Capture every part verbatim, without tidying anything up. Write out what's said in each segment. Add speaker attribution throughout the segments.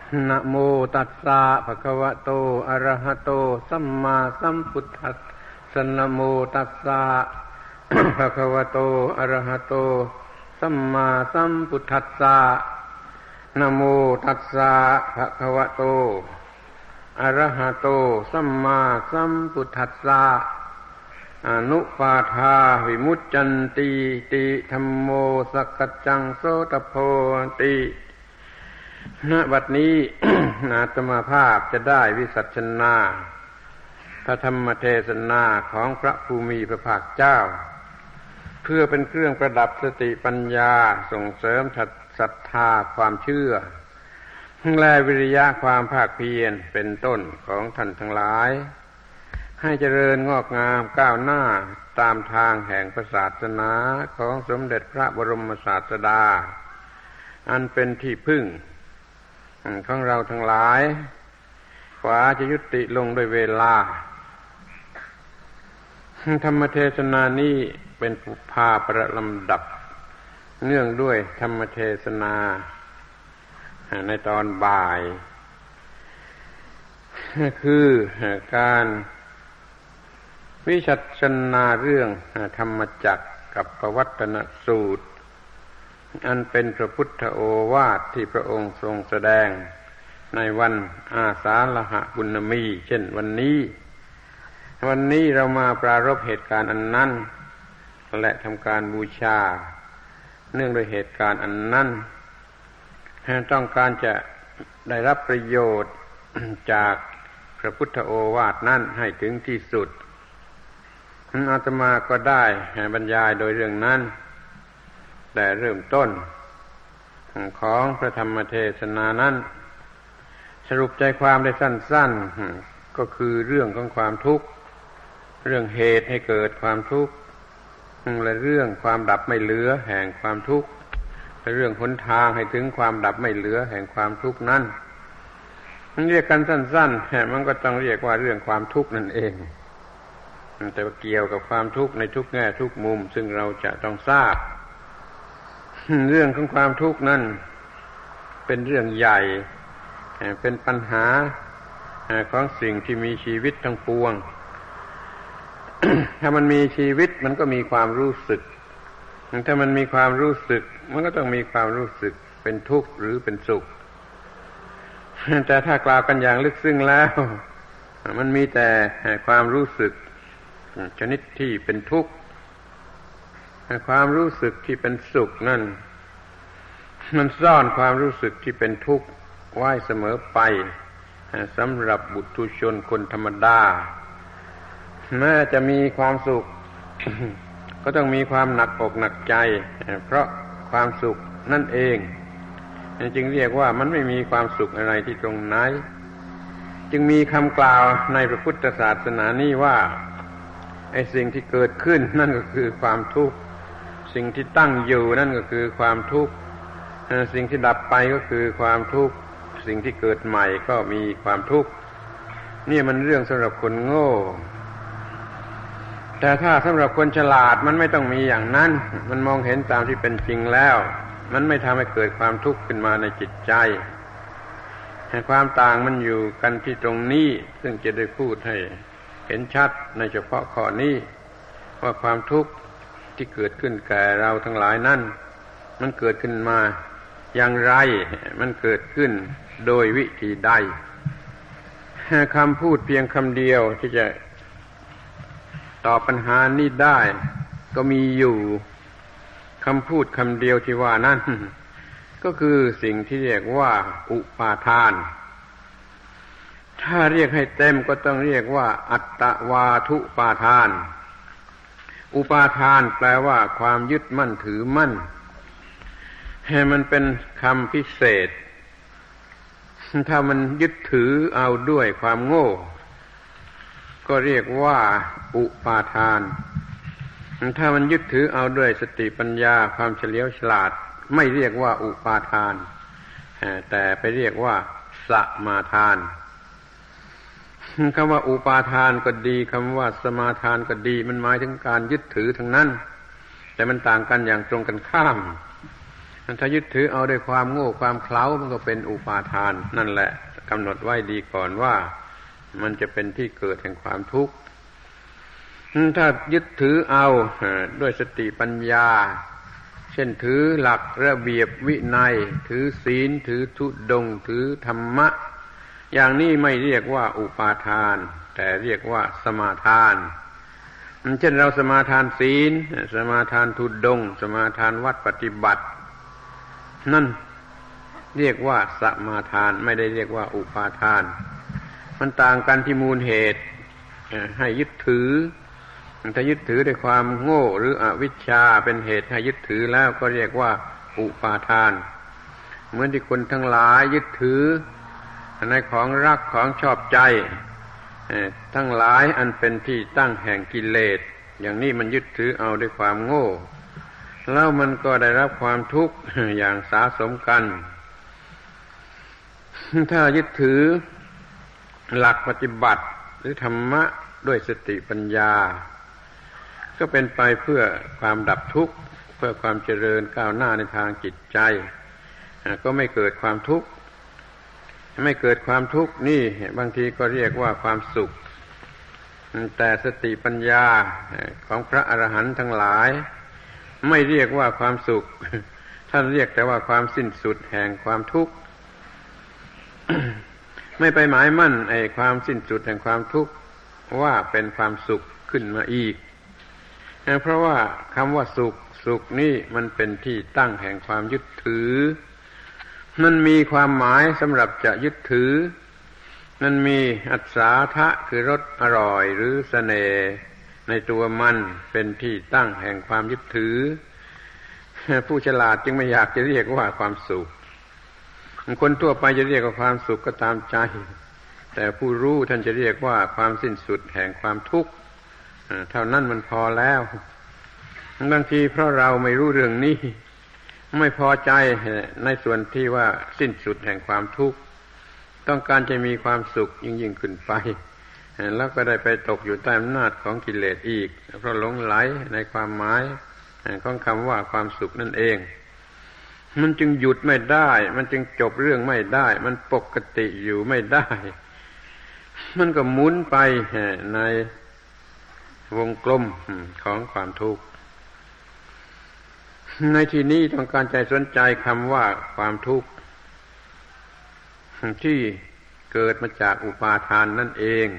Speaker 1: นะโมตัสสะภะคะวะโตอะระหะโตสัมมาสัมพุทธัสสะนะโมตัสสะภะคะวะโตอะระหะโตสัมมาสัมพุทธัสสะนะโมตัสสะภะคะวะโตอะระหะโตสัมมาสัมพุทธัสสะอนุปาทาวิมุตจันติติธัมโมสักขัจจังโสตโพติณบัดนี้ อาตมาภาพจะได้วิสัชนาพระธรรมเทศนาของพระภูมิพระภาคเจ้าเพื่อเป็นเครื่องประดับสติปัญญาส่งเสริมศรัทธาความเชื่อและวิริยะความภาคเพียรเป็นต้นของท่านทั้งหลายให้เจริญงอกงามก้าวหน้าตามทางแห่งพระศาสนาของสมเด็จพระบรมศาสดาอันเป็นที่พึ่งของเราทั้งหลายขวาจะยุติลงโดยเวลาธรรมเทศนานี้เป็นปุพพาประลำดับเนื่องด้วยธรรมเทศนาในตอนบ่ายคือการวิสัชนาเรื่องธรรมจักรกับปวัตตนสูตรอันเป็นพระพุทธโอวาทที่พระองค์ทรงแสดงในวันอาสาฬหบุณมีเช่นวันนี้วันนี้เรามาปรารภเหตุการณ์อันนั้นและทำการบูชาเนื่องด้วยเหตุการณ์อันนั้นต้องการจะได้รับประโยชน์จากพระพุทธโอวาทนั้นให้ถึงที่สุดอาตมาก็ได้บรรยายโดยเรื่องนั้นแต่เริ่มต้นของพระธรรมเทศนานั้นสรุปใจความได้สั้นๆก็คือเรื่องของความทุกข์เรื่องเหตุให้เกิดความทุกข์และเรื่องความดับไม่เหลือแห่งความทุกข์และเรื่องหนทางให้ถึงความดับไม่เหลือแห่งความทุกข์นั้นมันเรียกกันสั้นๆมันก็ต้องเรียกว่าเรื่องความทุกข์นั่นเองแต่ว่าเกี่ยวกับความทุกข์ในทุกแง่ทุกมุมซึ่งเราจะต้องทราบเรื่องของความทุกข์นั้นเป็นเรื่องใหญ่เป็นปัญหาของสิ่งที่มีชีวิตทั้งปวง ถ้ามันมีชีวิตมันก็มีความรู้สึกถ้ามันมีความรู้สึกมันก็ต้องมีความรู้สึกเป็นทุกข์หรือเป็นสุขแต่ถ้ากล่าวกันอย่างลึกซึ้งแล้วมันมีแต่ความรู้สึกชนิดที่เป็นทุกข์ความรู้สึกที่เป็นสุขนั่นมันซ่อนความรู้สึกที่เป็นทุกข์ไว้เสมอไปสำหรับบุถุชนคนธรรมดาแม้จะมีความสุข ก็ต้องมีความหนักอกหนักใจเพราะความสุขนั่นเองจึงเรียกว่ามันไม่มีความสุขอะไรที่ตรงไหนจึงมีคำกล่าวในพระพุทธศาสนานี้ว่าไอ้สิ่งที่เกิดขึ้นนั่นก็คือความทุกข์สิ่งที่ตั้งอยู่นั่นก็คือความทุกข์สิ่งที่ดับไปก็คือความทุกข์สิ่งที่เกิดใหม่ก็มีความทุกข์นี่มันเรื่องสำหรับคนโง่แต่ถ้าสำหรับคนฉลาดมันไม่ต้องมีอย่างนั้นมันมองเห็นตามที่เป็นจริงแล้วมันไม่ทำให้เกิดความทุกข์ขึ้นมาในจิตใจความต่างมันอยู่กันที่ตรงนี้ซึ่งจะได้พูดให้เห็นชัดในเฉพาะข้อนี้ว่าความทุกข์ที่เกิดขึ้นแก่เราทั้งหลายนั้นมันเกิดขึ้นมาอย่างไรมันเกิดขึ้นโดยวิธีใดคำพูดเพียงคำเดียวที่จะตอบปัญหานี้ได้ก็มีอยู่คำพูดคำเดียวที่ว่านั้นก็คือสิ่งที่เรียกว่าอุปาทานถ้าเรียกให้เต็มก็ต้องเรียกว่าอัตตวาทุปาทานอุปาทานแปลว่าความยึดมั่นถือมั่นให้มันเป็นคำพิเศษถ้ามันยึดถือเอาด้วยความโง่ก็เรียกว่าอุปาทานถ้ามันยึดถือเอาด้วยสติปัญญาความเฉลียวฉลาดไม่เรียกว่าอุปาทานแต่ไปเรียกว่าสมาทานคำว่าอุปาทานก็ดีคำว่าสมาทานก็ดีมันหมายถึงการยึดถือทั้งนั้นแต่มันต่างกันอย่างตรงกันข้ามถ้ายึดถือเอาด้วยความโง่ความเขลามันก็เป็นอุปาทานนั่นแหละกำหนดไว้ดีก่อนว่ามันจะเป็นที่เกิดแห่งความทุกข์ถ้ายึดถือเอาด้วยสติปัญญาเช่นถือหลักระเบียบวินัยถือศีลถือธุดงค์ถือธรรมะอย่างนี้ไม่เรียกว่าอุปาทานแต่เรียกว่าสมาทานเช่นเราสมาทานศีลสมาทานธุดงค์สมาทานวัดปฏิบัตินั่นเรียกว่าสมาทานไม่ได้เรียกว่าอุปาทานมันต่างกันที่มูลเหตุให้ยึดถือถ้ายึดถือด้วยความโง่หรืออวิชชาเป็นเหตุให้ยึดถือแล้วก็เรียกว่าอุปาทานเหมือนที่คนทั้งหลายยึดถือในของรักของชอบใจทั้งหลายอันเป็นที่ตั้งแห่งกิเลสอย่างนี้มันยึดถือเอาด้วยความโง่แล้วมันก็ได้รับความทุกข์อย่างสาสมกันถ้ายึดถือหลักปฏิบัติหรือธรรมะด้วยสติปัญญาก็เป็นไปเพื่อความดับทุกข์เพื่อความเจริญก้าวหน้าในทางจิตใจก็ไม่เกิดความทุกข์ไม่เกิดความทุกข์นี่บางทีก็เรียกว่าความสุขแต่สติปัญญาของพระอรหันต์ทั้งหลายไม่เรียกว่าความสุขท่านเรียกแต่ว่าความสิ้นสุดแห่งความทุกข์ ไม่ไปหมายมั่นไอ้ความสิ้นสุดแห่งความทุกข์ว่าเป็นความสุขขึ้นมาอีกเพราะว่าคำว่าสุขสุขนี่มันเป็นที่ตั้งแห่งความยึดถือมันมีความหมายสำหรับจะยึดถือมันมีอัศทะคือรสอร่อยหรือเสน่ห์ในตัวมันเป็นที่ตั้งแห่งความยึดถือผู้ฉลาดจึงไม่อยากจะเรียกว่าความสุขคนทั่วไปจะเรียกว่าความสุขก็ตามใจแต่ผู้รู้ท่านจะเรียกว่าความสิ้นสุดแห่งความทุกข์เท่านั้นมันพอแล้วบางทีเพราะเราไม่รู้เรื่องนี้ไม่พอใจในส่วนที่ว่าสิ้นสุดแห่งความทุกข์ต้องการจะมีความสุขยิ่งยิ่งขึ้นไปแล้วก็ได้ไปตกอยู่ใต้อำนาจของกิเลสอีกเพราะหลงไหลในความหมายของคำว่าความสุขนั่นเองมันจึงหยุดไม่ได้มันจึงจบเรื่องไม่ได้มันปกติอยู่ไม่ได้มันก็หมุนไปในวงกลมของความทุกข์ในที่นี้ต้องการใจสนใจคำว่าความทุกข์ที่เกิดมาจากอุปาทานนั่นเอง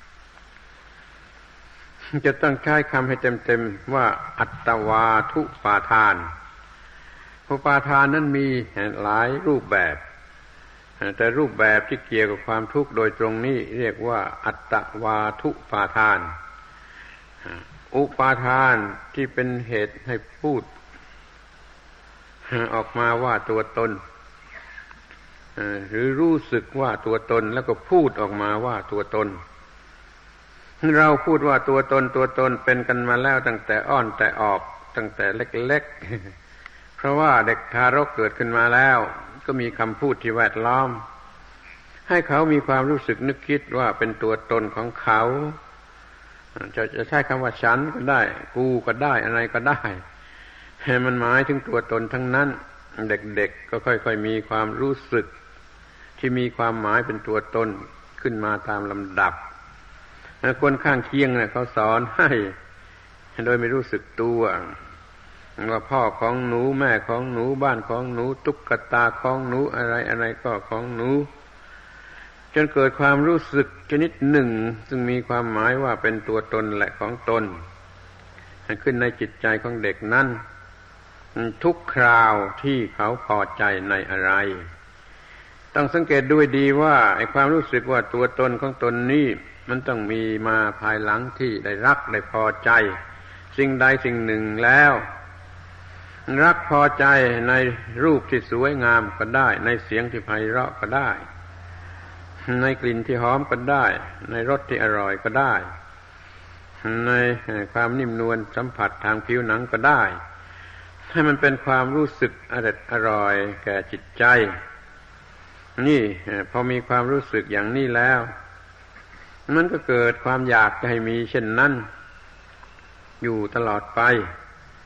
Speaker 1: จะต้องใช้คำให้เต็มๆว่าอัตตวาทุปาทานอุปาทานนั้นมีหลายรูปแบบแต่รูปแบบที่เกี่ยวกับความทุกข์โดยตรงนี้เรียกว่าอัตตวาทุปาทานอุปาทานที่เป็นเหตุให้พูดออกมาว่าตัวตนหรือรู้สึกว่าตัวตนแล้วก็พูดออกมาว่าตัวตนเราพูดว่าตัวตนตัวตนเป็นกันมาแล้วตั้งแต่อ้อนแต่ออกตั้งแต่เล็กๆเพราะว่าเด็กทารกเกิดขึ้นมาแล้วก็มีคำพูดที่แวดล้อมให้เขามีความรู้สึกนึกคิดว่าเป็นตัวตนของเขาจะจะใช้คำว่าฉันก็ได้กูก็ได้อะไรก็ได้มันหมายถึงตัวตนทั้งนั้นเด็กๆก็ค่อยๆมีความรู้สึกที่มีความหมายเป็นตัวตนขึ้นมาตามลำดับคนข้างเคียงเนี่ยเขาสอนให้โดยไม่รู้สึกตัวว่าพ่อของหนูแม่ของหนูบ้านของหนูตุ๊กตาของหนูอะไรอะไรก็ของหนูจนเกิดความรู้สึกชนิดหนึ่งซึ่งมีความหมายว่าเป็นตัวตนและของตนขึ้นในจิตใจของเด็กนั้นทุกคราวที่เขาพอใจในอะไรต้องสังเกตด้วยดีว่าไอ้ความรู้สึกว่าตัวตนของตนนี้มันต้องมีมาภายหลังที่ได้รักได้พอใจสิ่งใดสิ่งหนึ่งแล้วรักพอใจในรูปที่สวยงามก็ได้ในเสียงที่ไพเราะก็ได้ในกลิ่นที่หอมก็ได้ในรสที่อร่อยก็ได้ในความนิ่มนวลสัมผัสทางผิวหนังก็ได้ให้มันเป็นความรู้สึกอร่อยอร่อยแก่จิตใจนี่พอมีความรู้สึกอย่างนี้แล้วมันก็เกิดความอยากจะให้มีเช่นนั้นอยู่ตลอดไป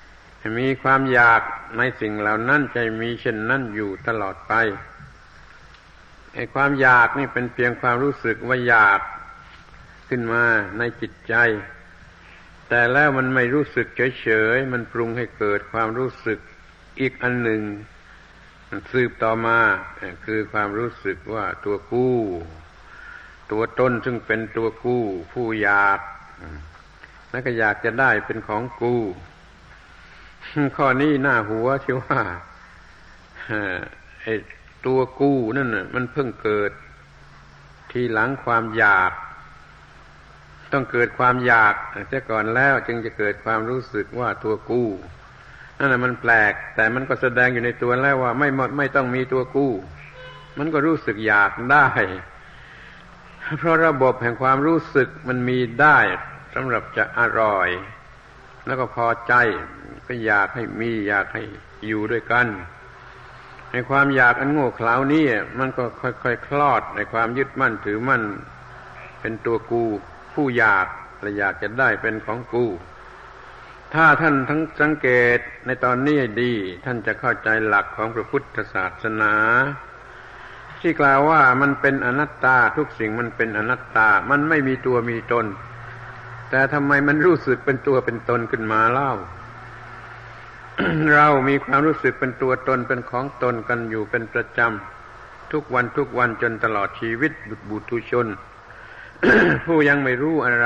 Speaker 1: มีความอยากในสิ่งเหล่านั้นจะมีเช่นนั้นอยู่ตลอดไปไอ้ความอยากนี่เป็นเพียงความรู้สึกว่าอยากขึ้นมาในจิตใจแต่แล้วมันไม่รู้สึกเฉยๆมันปรุงให้เกิดความรู้สึกอีกอันหนึ่งสืบต่อมาคือความรู้สึกว่าตัวกู้ตัวตนซึ่งเป็นตัวกู้ผู้อยากแล้วก็อยากจะได้เป็นของกู้ข้อนี้น่าหัวที่ว่าไอ้ตัวกู้นั่นน่ะมันเพิ่งเกิดทีหลังความอยากต้องเกิดความอยากเสียก่อนแล้วจึงจะเกิดความรู้สึกว่าตัวกู้นั่นน่ะมันแปลกแต่มันก็แสดงอยู่ในตัวแล้วว่าไม่ไม่ต้องมีตัวกู้มันก็รู้สึกอยากได้เพราะระบบแห่งความรู้สึกมันมีได้สำหรับจะอร่อยแล้วก็พอใจก็อยากให้มีอยากให้อยู่ด้วยกันในความอยากอันโง่เขลานี้มันก็ค่อยๆคลอดในความยึดมั่นถือมั่นเป็นตัวกูผู้อยากและอยากจะได้เป็นของกูถ้าท่านทั้งสังเกตในตอนนี้ดีท่านจะเข้าใจหลักของพระพุทธศาสนาที่กล่าวว่ามันเป็นอนัตตาทุกสิ่งมันเป็นอนัตตามันไม่มีตัวมีตนแต่ทำไมมันรู้สึกเป็นตัวเป็นตนขึ้นมาเล่า เรามีความรู้สึกเป็นตัวตนเป็นของตนกันอยู่เป็นประจำทุกวันทุกวันจนตลอดชีวิตบุตุชน ผู้ยังไม่รู้อะไร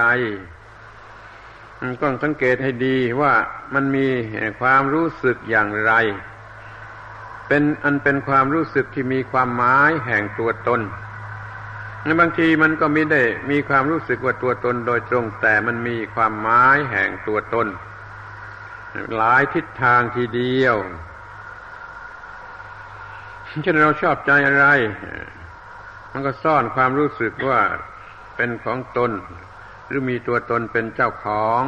Speaker 1: ต้องสังเกตให้ดีว่ามันมีความรู้สึกอย่างไรเป็นอันเป็นความรู้สึกที่มีความหมายแห่งตัวตนในบางทีมันก็ไม่ได้มีความรู้สึกว่าตัวตนโดยตรงแต่มันมีความหมายแห่งตัวตนหลายทิศทางทีเดียวเช่นเราชอบใจอะไรมันก็ซ่อนความรู้สึกว่าเป็นของตนหรือมีตัวตนเป็นเจ้าของ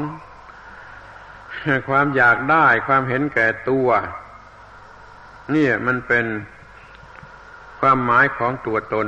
Speaker 1: ความอยากได้ความเห็นแก่ตัวนี่มันเป็นความหมายของตัวตน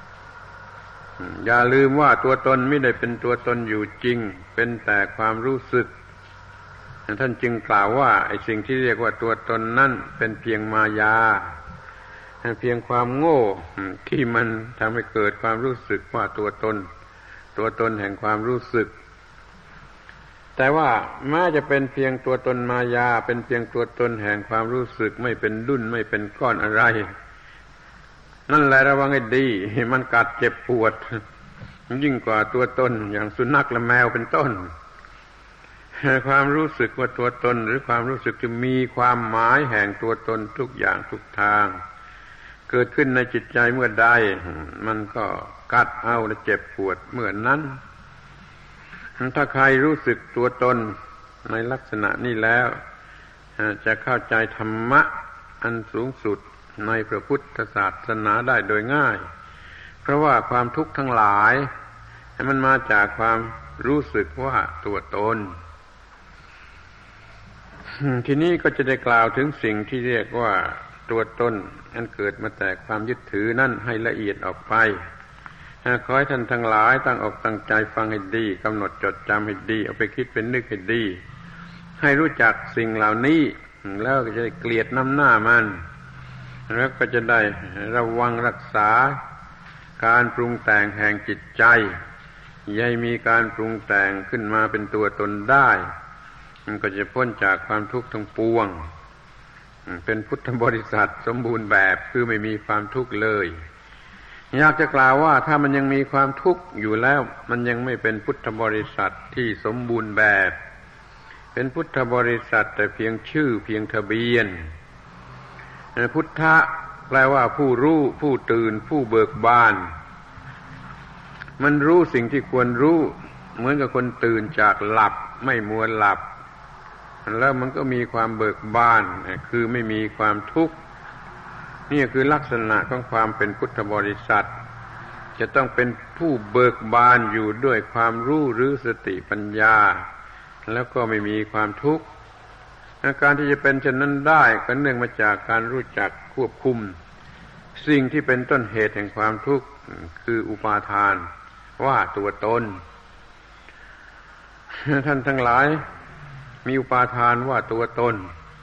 Speaker 1: อย่าลืมว่าตัวตนไม่ได้เป็นตัวตนอยู่จริงเป็นแต่ความรู้สึกท่านจึงกล่าวว่าไอ้สิ่งที่เรียกว่าตัวตนนั่นเป็นเพียงมายาเพียงความโง่ที่มันทำให้เกิดความรู้สึกว่าตัวตนตัวตนแห่งความรู้สึกแต่ว่าแม้จะเป็นเพียงตัวตนมายาเป็นเพียงตัวตนแห่งความรู้สึกไม่เป็นดุ้นไม่เป็นก้อนอะไรนั่นแหละระวังให้ดีมันกัดเจ็บปวดยิ่งกว่าตัวตนอย่างสุนัขและแมวเป็นต้นความรู้สึกว่าตัวตนหรือความรู้สึกที่มีความหมายแห่งตัวตนทุกอย่างทุกทางเกิดขึ้นในจิตใจเมื่อใดมันก็กัดเอาและเจ็บปวดเมื่อนั้นถ้าใครรู้สึกตัวตนในลักษณะนี้แล้วจะเข้าใจธรรมะอันสูงสุดในพระพุทธศาสนาได้โดยง่ายเพราะว่าความทุกข์ทั้งหลายมันมาจากความรู้สึกว่าตัวตนทีนี้ก็จะได้กล่าวถึงสิ่งที่เรียกว่าตัวตนอันเกิดมาแต่ความยึดถือนั่นให้ละเอียดออกไปขอให้ท่านทั้งหลายตั้งอกตั้งใจฟังให้ดีกำหนดจดจำให้ดีเอาไปคิดเป็นนึกให้ดีให้รู้จักสิ่งเหล่านี้แล้วก็จะได้เกลียดน้ำหน้ามันแล้วก็จะได้ระวังรักษาการปรุงแต่งแห่งจิตใจอย่าให้มีการปรุงแต่งขึ้นมาเป็นตัวตนได้มันก็จะพ้นจากความทุกข์ทั้งปวงเป็นพุทธบริษัทสมบูรณ์แบบคือไม่มีความทุกข์เลยอยากจะกล่าวว่าถ้ามันยังมีความทุกข์อยู่แล้วมันยังไม่เป็นพุทธบริษัทที่สมบูรณ์แบบเป็นพุทธบริษัทแต่เพียงชื่อเพียงทะเบียนพุทธะแปลว่าผู้รู้ผู้ตื่นผู้เบิกบานมันรู้สิ่งที่ควรรู้เหมือนกับคนตื่นจากหลับไม่มัวหลับแล้วมันก็มีความเบิกบานคือไม่มีความทุกข์นี่คือลักษณะของความเป็นพุทธบริษัทจะต้องเป็นผู้เบิกบานอยู่ด้วยความรู้หรือสติปัญญาแล้วก็ไม่มีความทุกข์การที่จะเป็นเช่นนั้นได้ก็เนื่องมาจากการรู้จักควบคุมสิ่งที่เป็นต้นเหตุแห่งความทุกข์คืออุปาทานว่าตัวตนท่านทั้งหลายมีอุปาทานว่าตัวตน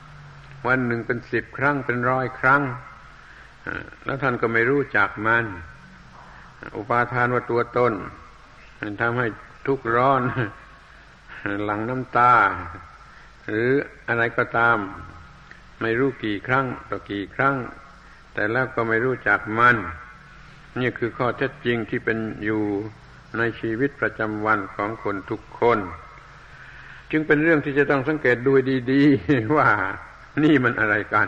Speaker 1: วันหนึ่งเป็นสิบครั้งเป็นร้อยครั้งแล้วท่านก็ไม่รู้จักมันอุปาทานว่าตัวตนทำให้ทุกข์ร้อนหลั่งน้ำตาหรืออะไรก็ตามไม่รู้กี่ครั้งต่อกี่ครั้งแต่แล้วก็ไม่รู้จักมันนี่คือข้อเท็จจริงที่เป็นอยู่ในชีวิตประจำวันของคนทุกคนจึงเป็นเรื่องที่จะต้องสังเกตดูดีๆว่านี่มันอะไรกัน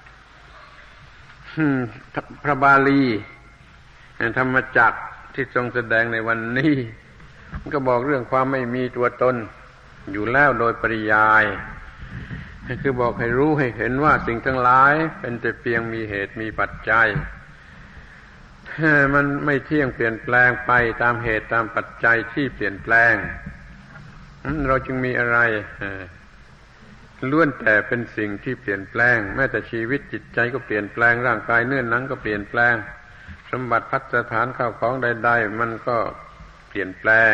Speaker 1: พระบาลีธรรมจักรที่ทรงแสดงในวันนี้ก็บอกเรื่องความไม่มีตัวตนอยู่แล้วโดยปริยายคือบอกให้รู้ให้เห็นว่าสิ่งทั้งหลายเป็นแต่เพียงมีเหตุมีปัจจัยมันไม่เที่ยงเปลี่ยนแปลงไปตามเหตุตามปัจจัยที่เปลี่ยนแปลงเราจึงมีอะไรล้วนแต่เป็นสิ่งที่เปลี่ยนแปลงแม้แต่ชีวิตจิตใจก็เปลี่ยนแปลงร่างกายเนื้อหนังก็เปลี่ยนแปลงสมบัติพัฒฐานข้าวของใดๆมันก็เปลี่ยนแปลง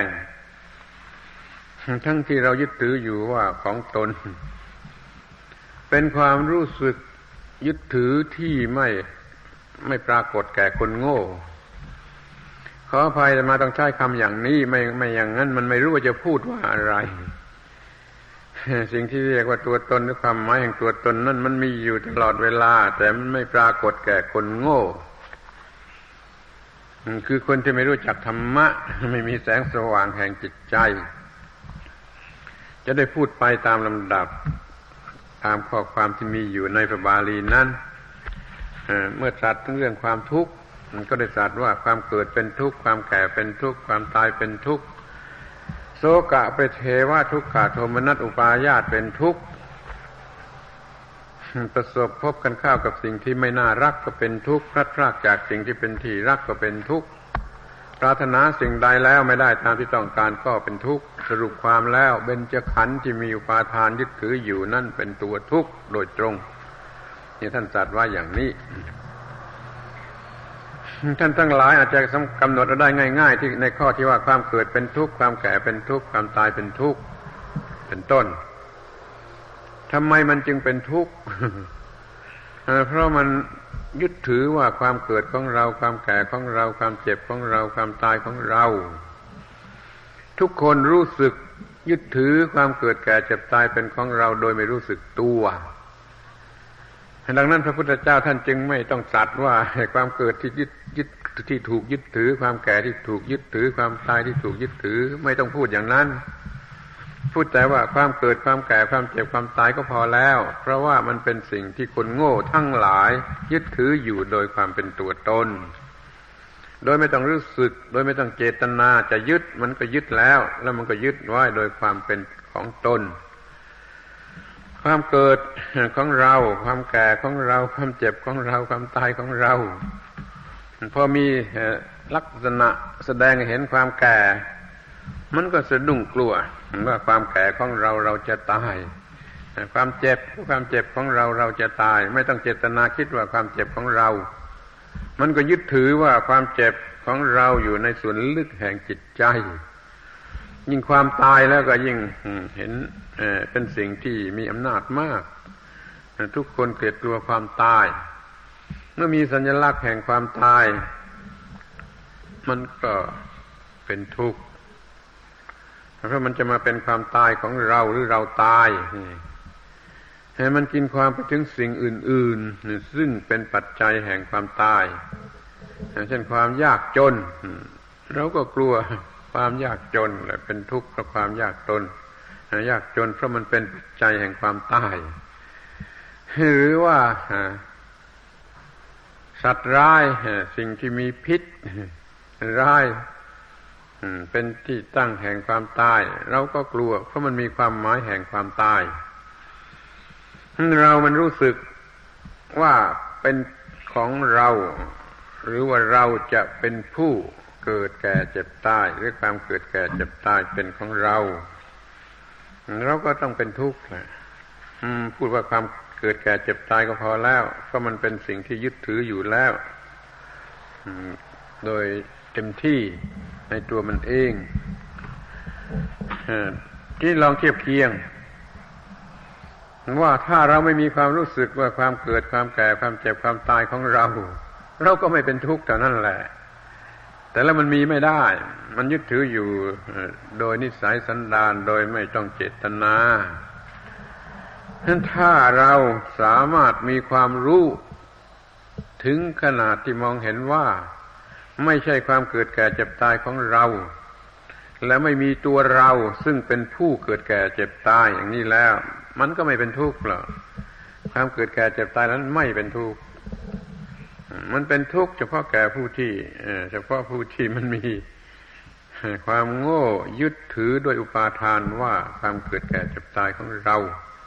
Speaker 1: ทั้งที่เรายึดถืออยู่ว่าของตนเป็นความรู้สึกยึดถือที่ไม่ไม่ปรากฏแก่คนโง่ขออภัยแต่มาต้องใช้คำอย่างนี้ไม่ไม่อย่างนั้นมันไม่รู้ว่าจะพูดว่าอะไรสิ่งที่เรียกว่าตัวตนหรือความหมายแห่งตัวตนนั่นมันมีอยู่ตลอดเวลาแต่มันไม่ปรากฏแก่คนโง่คือคนที่ไม่รู้จักธรรมะไม่มีแสงสว่างแห่งจิตใจจะได้พูดไปตามลำดับตามข้อความที่มีอยู่ในพระบาลีนั้นเมื่อตรัสถึงเรื่องความทุกข์มันก็ได้ตรัสว่าความเกิดเป็นทุกข์ความแก่เป็นทุกข์ความตายเป็นทุกข์โศกะปริเทวะทุกขโทมนัสอุปาญาตเป็นทุกข์ประสบพบกันเข้ากับสิ่งที่ไม่น่ารักก็เป็นทุกข์พลัดพรากจากสิ่งที่เป็นที่รักก็เป็นทุกข์ปรารถนาสิ่งใดแล้วไม่ได้ตามที่ต้องการก็เป็นทุกข์สรุปความแล้วเบญจขันธ์ที่มีอุปาทานยึดถืออยู่นั่นเป็นตัวทุกข์โดยตรงนี่ท่านตรัสว่าอย่างนี้ท่านทั้งหลายอาจจะกำหนดเอาได้ง่ายๆที่ในข้อที่ว่าความเกิดเป็นทุกข์ความแก่เป็นทุกข์ความตายเป็นทุกข์เป็นต้นทำไมมันจึงเป็นทุกข์เพราะมันยึดถือว่าความเกิดของเราความแก่ของเราความเจ็บของเราความตายของเราทุกคนรู้สึกยึดถือความเกิดแก่เจ็บตายเป็นของเราโดยไม่รู้สึกตัวดังนั้นพระพุทธเจ้าท่านจึงไม่ต้องตรัสว่าความเกิดที่ยึดยึดที่ถูกยึดถือความแก่ที่ถูกยึดถือความตายที่ถูกยึดถือไม่ต้องพูดอย่างนั้นพูดแต่ว่าความเกิดความแก่ความเจ็บความตายก็พอแล้วเพราะว่ามันเป็นสิ่งที่คนโง่ทั้งหลายยึดถืออยู่โดยความเป็นตัวตนโดยไม่ต้องรู้สึกโดยไม่ต้องเจตนาจะยึดมันก็ยึดแล้วแล้วมันก็ยึดไว้โดยความเป็นของตนความเกิดของเราความแก่ของเราความเจ็บของเราความตายของเราพอมีลักษณะแสดงให้เห็นความแก่มันก็สะดุ้งกลัวว่าความแก่ของเราเราจะตายความเจ็บความเจ็บของเราเราจะตายไม่ต้องเจตนาคิดว่าความเจ็บของเรามันก็ยึดถือว่าความเจ็บของเราอยู่ในส่วนลึกแห่งจิตใจยิ่งความตายแล้วก็ยิ่งเห็นเป็นสิ่งที่มีอำนาจมากทุกคนเกลียดกลัวความตายเมื่อมีสัญลักษณ์แห่งความตายมันก็เป็นทุกข์เพราะมันจะมาเป็นความตายของเราหรือเราตายให้มันกินความไปถึงสิ่งอื่นๆซึ่งเป็นปัจจัยแห่งความตายเช่นความยากจนเราก็กลัวความยากจนและเป็นทุกข์เพราะความยากจนยากจนเพราะมันเป็นปัจจัยแห่งความตายหรือว่าสัตว์ร้ายสิ่งที่มีพิษร้ายเป็นที่ตั้งแห่งความตายเราก็กลัวเพราะมันมีความหมายแห่งความตายเรามันรู้สึกว่าเป็นของเราหรือว่าเราจะเป็นผู้เกิดแก่เจ็บตายหรือความเกิดแก่เจ็บตายเป็นของเราเราก็ต้องเป็นทุกข์นะพูดว่าความเกิดแก่เจ็บตายก็พอแล้วเพราะมันเป็นสิ่งที่ยึดถืออยู่แล้วโดยเต็มที่ในตัวมันเองที่ลองเทียบเคียงว่าถ้าเราไม่มีความรู้สึกว่าความเกิดความแก่ความเจ็บความตายของเราเราก็ไม่เป็นทุกข์เท่านั้นแหละแต่แล้วมันมีไม่ได้มันยึดถืออยู่โดยนิสัยสันดานโดยไม่ต้องเจตนาฉะนั้นถ้าเราสามารถมีความรู้ถึงขนาดที่มองเห็นว่าไม่ใช่ความเกิดแก่เจ็บตายของเราและไม่มีตัวเราซึ่งเป็นผู้เกิดแก่เจ็บตายอย่างนี้แล้วมันก็ไม่เป็นทุกข์หรอกความเกิดแก่เจ็บตายนั้นไม่เป็นทุกข์มันเป็นทุกข์เฉพาะแก่ผู้ที่เฉพาะผู้ที่มันมีความโง่ยึดถือโดยอุปาทานว่าความเกิดแก่เจ็บตายของเรา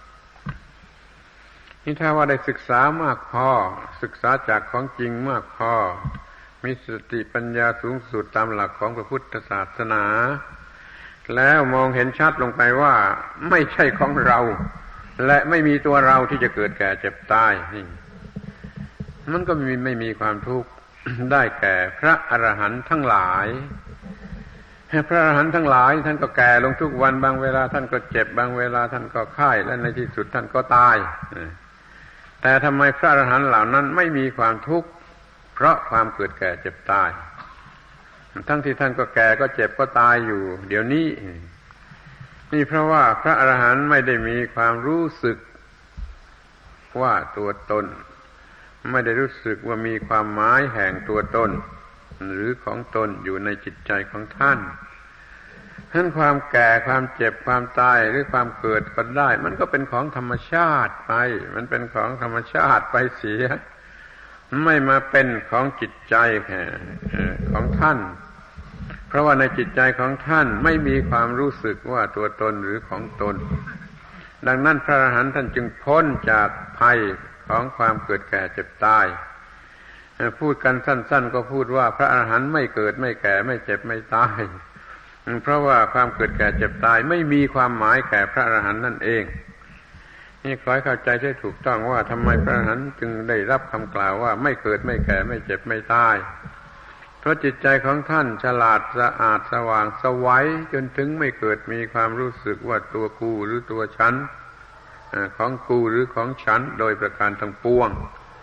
Speaker 1: นี่ถ้าว่าได้ศึกษามากพอศึกษาจากของจริงมากพอมีสติปัญญาสูงสุดตามหลักของพระพุทธศาสนาแล้วมองเห็นชัดลงไปว่าไม่ใช่ของเราและไม่มีตัวเราที่จะเกิดแก่เจ็บตายนี่มันก็มีไม่มีความทุกข์ได้แก่พระอรหันต์ทั้งหลายพระอรหันต์ทั้งหลายท่านก็แก่ลงทุกวันบางเวลาท่านก็เจ็บบางเวลาท่านก็ไข้และในที่สุดท่านก็ตายแต่ทำไมพระอรหันต์เหล่านั้นไม่มีความทุกข์เพราะความเกิดแก่เจ็บตายทั้งที่ท่านก็แก่ก็เจ็บก็ตายอยู่เดี๋ยวนี้นี่เพราะว่าพระอรหันต์ไม่ได้มีความรู้สึกว่าตัวตนไม่ได้รู้สึกว่ามีความหมายแห่งตัวตนหรือของตนอยู่ในจิตใจของท่านฉะนั้นความแก่ความเจ็บความตายหรือความเกิดก็ได้มันก็เป็นของธรรมชาติไปมันเป็นของธรรมชาติไปเสียไม่มาเป็นของจิตใจของท่านเพราะว่าในจิตใจของท่านไม่มีความรู้สึกว่าตัวตนหรือของตนดังนั้นพระอรหันต์ท่านจึงพ้นจากภัยของความเกิดแก่เจ็บตายพูดกันสั้นๆก็พูดว่าพระอรหันต์ไม่เกิดไม่แก่ไม่เจ็บไม่ตายเพราะว่าความเกิดแก่เจ็บตายไม่มีความหมายแก่พระอรหันต์นั่นเองนี่ขอให้เข้าใจให้ถูกต้องว่าทำไมพระอรหันต์จึงได้รับคำกล่าวว่าไม่เกิดไม่แก่ไม่เจ็บไม่ตายเพราะจิตใจของท่านฉลาดสะอาดสว่างไสวจนถึงไม่เกิดมีความรู้สึกว่าตัวกูหรือตัวฉันของกูหรือของฉันโดยประการทั้งปวง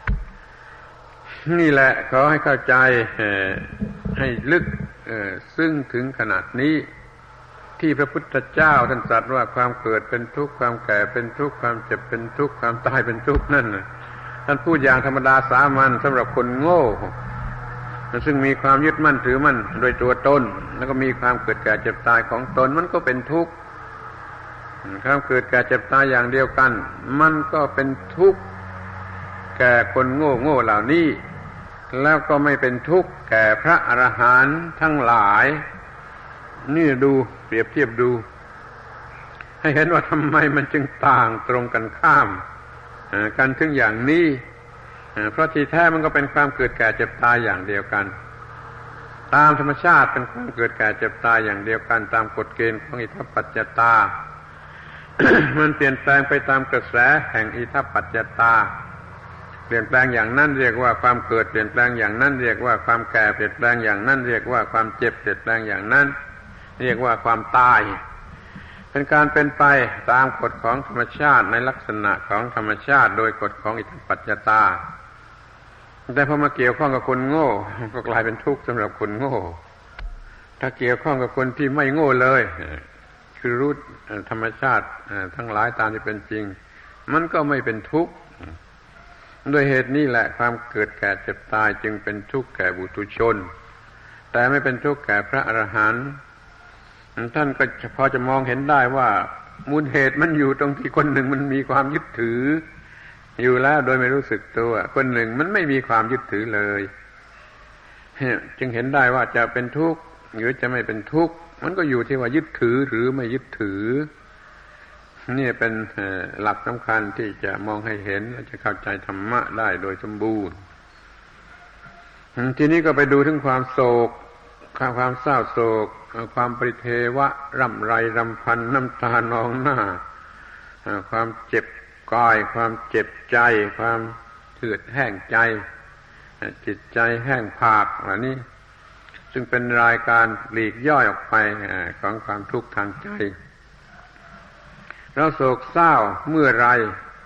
Speaker 1: นี่แหละขอให้เข้าใจให้ลึกซึ่งถึงขนาดนี้ที่พระพุทธเจ้าท่านตรัสว่าความเกิดเป็นทุกข์ความแก่เป็นทุกข์ความเจ็บเป็นทุกข์ความตายเป็นทุกข์นั่นท่านพูดอย่างธรรมดาสามัญสำหรับคนโง่ซึ่งมีความยึดมั่นถือมั่นโดยตัวตนแล้วก็มีความเกิดแก่เจ็บตายของตนมันก็เป็นทุกข์ความเกิดแก่เจ็บตายอย่างเดียวกันมันก็เป็นทุกข์แก่คนโง่โง่เหล่านี้แล้วก็ไม่เป็นทุกข์แก่พระอรหันต์ทั้งหลายนี่ดูเปรียบเทียบดูให้เห็นว่าทำไมมันจึงต่างตรงกันข้ามกันถึงอย่างนี้เพราะที่แท้มันก็เป็นความเกิดแก่เจ็บตายอย่างเดียวกันตามธรรมชาติเป็นความเกิดแก่เจ็บตายอย่างเดียวกันตามกฎเกณฑ์ของอิทธิปัจจตา มันเปลี่ยนแปลงไปตามกระแสแห่งอิทธิปัจจตาเปลี่ยนแปลงอย่างนั้นเรียกว่าความเกิดเปลี่ยนแปลงอย่างนั้นเรียกว่าความแก่เปลี่ยนแปลงอย่างนั้นเรียกว่าความเจ็บเปลี่ยนแปลงอย่างนั้นเรียกว่าความตายเป็นการเป็นไปตามกฎของธรรมชาติในลักษณะของธรรมชาติโดยกฎของอิทธิปัจจตาแต่พอมาเกี่ยวข้องกับคนโง่ก็กลายเป็นทุกข์สำหรับคนโง่ถ้าเกี่ยวข้องกับคนที่ไม่โง่เลยคือรู้ธรรมชาติทั้งหลายตามที่เป็นจริงมันก็ไม่เป็นทุกข์ด้วยเหตุนี้แหละความเกิดแก่เจ็บตายจึงเป็นทุกข์แก่บุถุชนแต่ไม่เป็นทุกข์แก่พระอรหันต์ท่านก็พอจะมองเห็นได้ว่ามูลเหตุมันอยู่ตรงที่คนหนึ่งมันมีความยึดถืออยู่แล้วโดยไม่รู้สึกตัวคนหนึ่งมันไม่มีความยึดถือเลยจึงเห็นได้ว่าจะเป็นทุกข์หรือจะไม่เป็นทุกข์มันก็อยู่ที่ว่ายึดถือหรือไม่ยึดถือนี่เป็นหลักสำคัญที่จะมองให้เห็นและจะเข้าใจธรรมะได้โดยสมบูรณ์ทีนี้ก็ไปดูถึงความโศกความเศร้าโศกความปริเทวะร่ำไรรำพันน้ำตานองหน้าความเจ็บกายความเจ็บใจความเหือดแห้งใจจิตใจแห้งผากเหล่านี้ซึ่งเป็นรายการปลีกย่อยออกไปของความทุกข์ทางใจเราโศกเศร้าเมื่อไร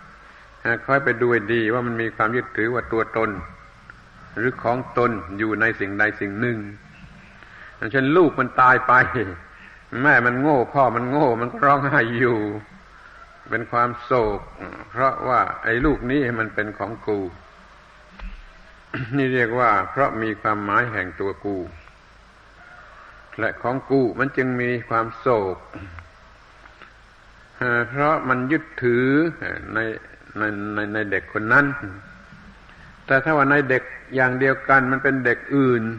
Speaker 1: คอยไปดูให้ดีว่ามันมีความยึดถือว่าตัวตนหรือของตนอยู่ในสิ่งใดสิ่งหนึ่งเช่นลูกมันตายไปแม่มันโง่พ่อมันโง่มันก็ร้องไห้อยู่เป็นความโศกเพราะว่าไอ้ลูกนี้มันเป็นของกู นี่เรียกว่าเพราะมีความหมายแห่งตัวกูและของกูมันจึงมีความโศกเพราะมันยึดถือในในในในเด็กคนนั้นแต่ถ้าว่าในเด็กอย่างเดียวกันมันเป็นเด็กอื่น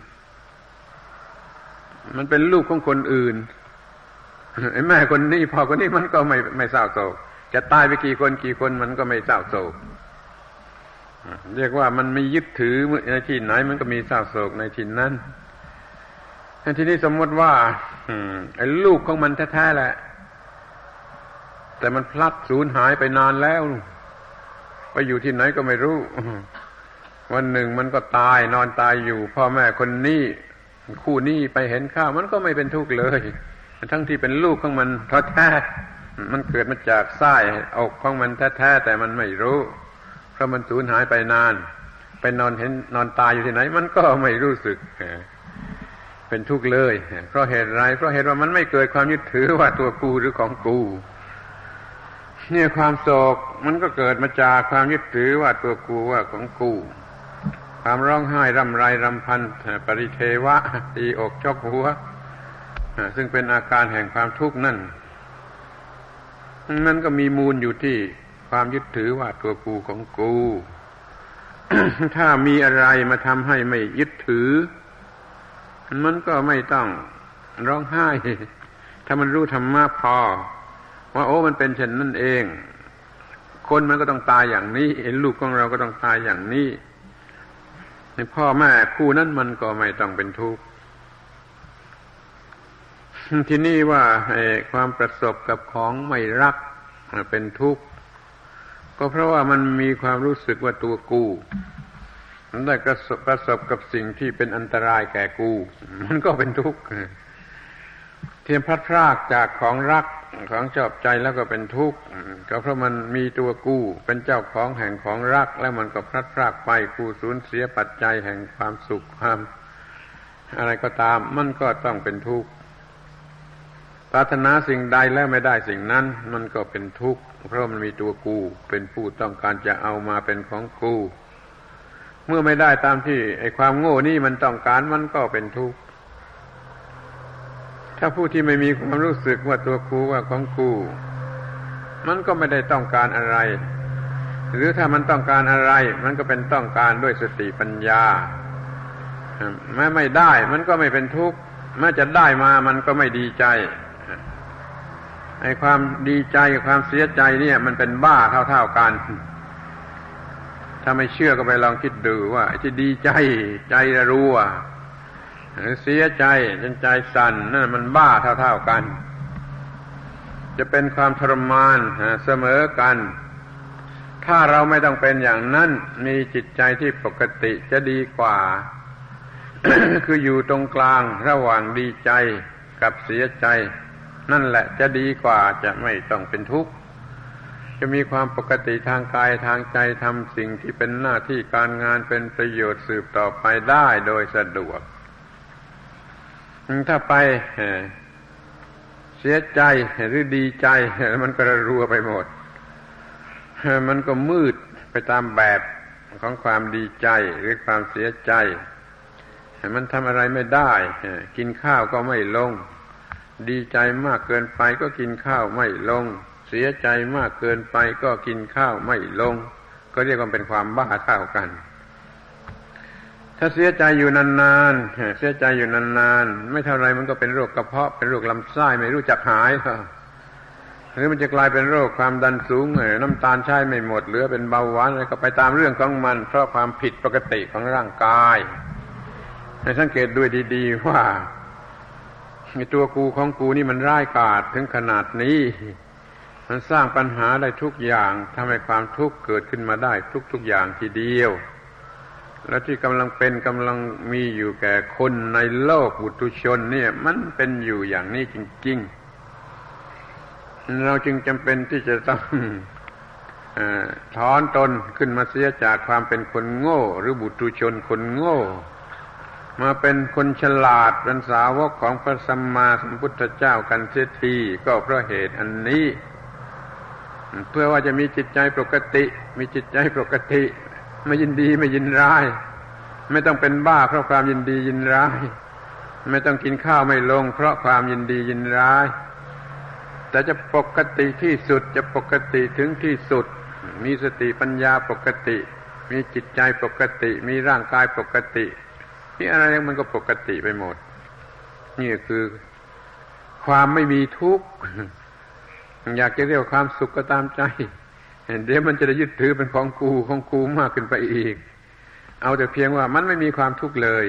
Speaker 1: มันเป็นลูกของคนอื่นไอ้แม่คนนี้พ่อคนนี้มันก็ไม่ไม่เศร้าโศกจะตายไปกี่คนกี่คนมันก็ไม่เศร้าโศกเรียกว่ามันไม่ยึดถือในที่ไหนมันก็มีเศร้าโศกในที่นั้นทีนี้สมมติว่าไอ้ลูกของมันแท้ๆแหละแต่มันพลัดสูญหายไปนานแล้วไปอยู่ที่ไหนก็ไม่รู้วันหนึ่งมันก็ตายนอนตายอยู่พ่อแม่คนนี้คู่นี้ไปเห็นข้าวมันก็ไม่เป็นทุกข์เลยทั้งที่เป็นลูกของมันแท้ๆมันเกิดมาจากไส้อกของมันแท้ๆแต่มันไม่รู้เพราะมันสูญหายไปนานไปนอนเห็นนอนตายอยู่ที่ไหนมันก็ไม่รู้สึกเป็นทุกข์เลยเพราะเหตุไรเพราะเหตุว่ามันไม่เกิดความยึดถือว่าตัวกูหรือของกูเนี่ยความโศกมันก็เกิดมาจากความยึดถือว่าตัวกูว่าของกูความร้องไห้รำไรรำพันปริเทวะตีอกชกหัวซึ่งเป็นอาการแห่งความทุกข์นั่นมันก็มีมูลอยู่ที่ความยึดถือว่าตัวกูของกู ถ้ามีอะไรมาทำให้ไม่ยึดถือมันก็ไม่ต้องร้องไห้ถ้ามันรู้ธรรมะพอว่าโอ้มันเป็นเช่นนั่นเองคนมันก็ต้องตายอย่างนี้เห็นลูกของเราก็ต้องตายอย่างนี้ในพ่อแม่คู่นั้นมันก็ไม่ต้องเป็นทุกข์ที่นี่ว่าความประสบกับของไม่รักเป็นทุกข์ก็เพราะว่ามันมีความรู้สึกว่าตัวกูมันได้ประสบประสบกับสิ่งที่เป็นอันตรายแก่กูมันก็เป็นทุกข์เทียมพลัดพรากจากของรักของชอบใจแล้วก็เป็นทุกข์ก็เพราะมันมีตัวกูเป็นเจ้าของแห่งของรักแล้วมันก็พลัดพรากไปกูสูญเสียปัจจัยแห่งความสุขความอะไรก็ตามมันก็ต้องเป็นทุกข์ปรารถนาสิ่งใดแล้วไม่ได้สิ่งนั้นมันก็เป็นทุกข์เพราะมันมีตัวกูเป็นผู้ต้องการจะเอามาเป็นของกูเมื่อไม่ได้ตามที่ไอ้ความโง่นี่มันต้องการมันก็เป็นทุกข์ถ้าผู้ที่ไม่มีความรู้สึกว่าตัวกูว่าของกูมันก็ไม่ได้ต้องการอะไรหรือถ้ามันต้องการอะไรมันก็เป็นต้องการด้วยสติปัญญาแม้ไม่ได้มันก็ไม่เป็นทุกข์แม้จะได้มามันก็ไม่ดีใจไอ้ความดีใจกับความเสียใจเนี่ยมันเป็นบ้าเท่าๆกันถ้าไม่เชื่อก็ไปลองคิดดูว่าไอ้ที่ดีใจใจรัวหรือเสียใจจนใจสั่นนั่นมันบ้าเท่าๆกันจะเป็นความทรมานเสมอกันถ้าเราไม่ต้องเป็นอย่างนั้นมีจิตใจที่ปกติจะดีกว่า คืออยู่ตรงกลางระหว่างดีใจกับเสียใจนั่นแหละจะดีกว่าจะไม่ต้องเป็นทุกข์จะมีความปกติทางกายทางใจทำสิ่งที่เป็นหน้าที่การงานเป็นประโยชน์สืบต่อไปได้โดยสะดวกถ้าไปเสียใจหรือดีใจมันก็รัวไปหมดมันก็มืดไปตามแบบของความดีใจหรือความเสียใจมันทำอะไรไม่ได้กินข้าวก็ไม่ลงดีใจมากเกินไปก็กินข้าวไม่ลงเสียใจมากเกินไปก็กินข้าวไม่ลงก็เรียกว่าเป็นความบ้าเท่ากันถ้าเสียใจอยู่นานๆเสียใจอยู่นานๆไม่เท่าไรมันก็เป็นโรคกระเพาะเป็นโรคลำไส้ไม่รู้จักหายหรือมันจะกลายเป็นโรคความดันสูงน้ำตาลใช้ไม่หมดเหลือเป็นเบาหวานอะไรก็ไปตามเรื่องของมันเพราะความผิดปกติของร่างกายให้สังเกตด้วยดีๆว่าไอ้ตัวกูของกูนี่มันร้ายกาจถึงขนาดนี้มันสร้างปัญหาได้ทุกอย่างทำให้ความทุกข์เกิดขึ้นมาได้ทุกๆอย่างทีเดียวและที่กำลังเป็นกำลังมีอยู่แก่คนในโลกปุถุชนเนี่ยมันเป็นอยู่อย่างนี้จริงๆเราจึงจำเป็นที่จะต้องถอนตนขึ้นมาเสียจากความเป็นคนโง่หรือบุตุชนคนโง่มาเป็นคนฉลาดเป็นสาวกของพระสัมมาสัมพุทธเจ้ากันเสียทีก็เพราะเหตุอันนี้เพื่อว่าจะมีจิตใจปกติมีจิตใจปกติไม่ยินดีไม่ยินร้ายไม่ต้องเป็นบ้าเพราะความยินดียินร้ายไม่ต้องกินข้าวไม่ลงเพราะความยินดียินร้ายแต่จะปกติที่สุดจะปกติถึงที่สุดมีสติปัญญาปกติมีจิตใจปกติมีร่างกายปกตินี่อะไรมันก็ปกติไปหมดนี่คือความไม่มีทุกข์อยากจะเรียกว่าความสุขก็ตามใจเดี๋ยวมันจะได้ยึดถือเป็นของกูของกูมากขึ้นไปอีกเอาแต่เพียงว่ามันไม่มีความทุกข์เลย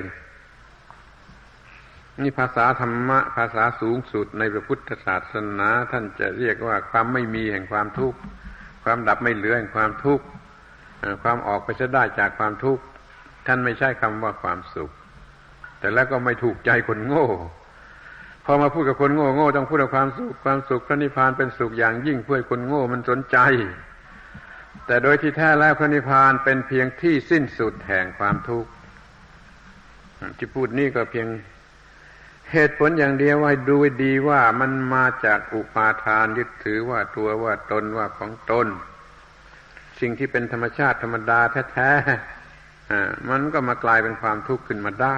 Speaker 1: นี่ภาษาธรรมะภาษาสูงสุดในพระพุทธศาสนาท่านจะเรียกว่าความไม่มีแห่งความทุกข์ความดับไม่เหลือแห่งความทุกข์ความออกไปจะได้จากความทุกข์ท่านไม่ใช้คำว่าความสุขแต่แล้วก็ไม่ถูกใจคนโง่พอมาพูดกับคนโง่โง่ต้องพูดถึงความสุขความสุขพระนิพพานเป็นสุขอย่างยิ่งเพื่อคนโง่มันสนใจแต่โดยที่แท้แล้วพระนิพพานเป็นเพียงที่สิ้นสุดแห่งความทุกข์ที่พูดนี่ก็เพียงเหตุผลอย่างเดียวว่าดูดีว่ามันมาจากอุปาทานยึดถือว่าตัวว่าตนว่าของตนสิ่งที่เป็นธรรมชาติธรรมดาแท้ๆมันก็มากลายเป็นความทุกข์ขึ้นมาได้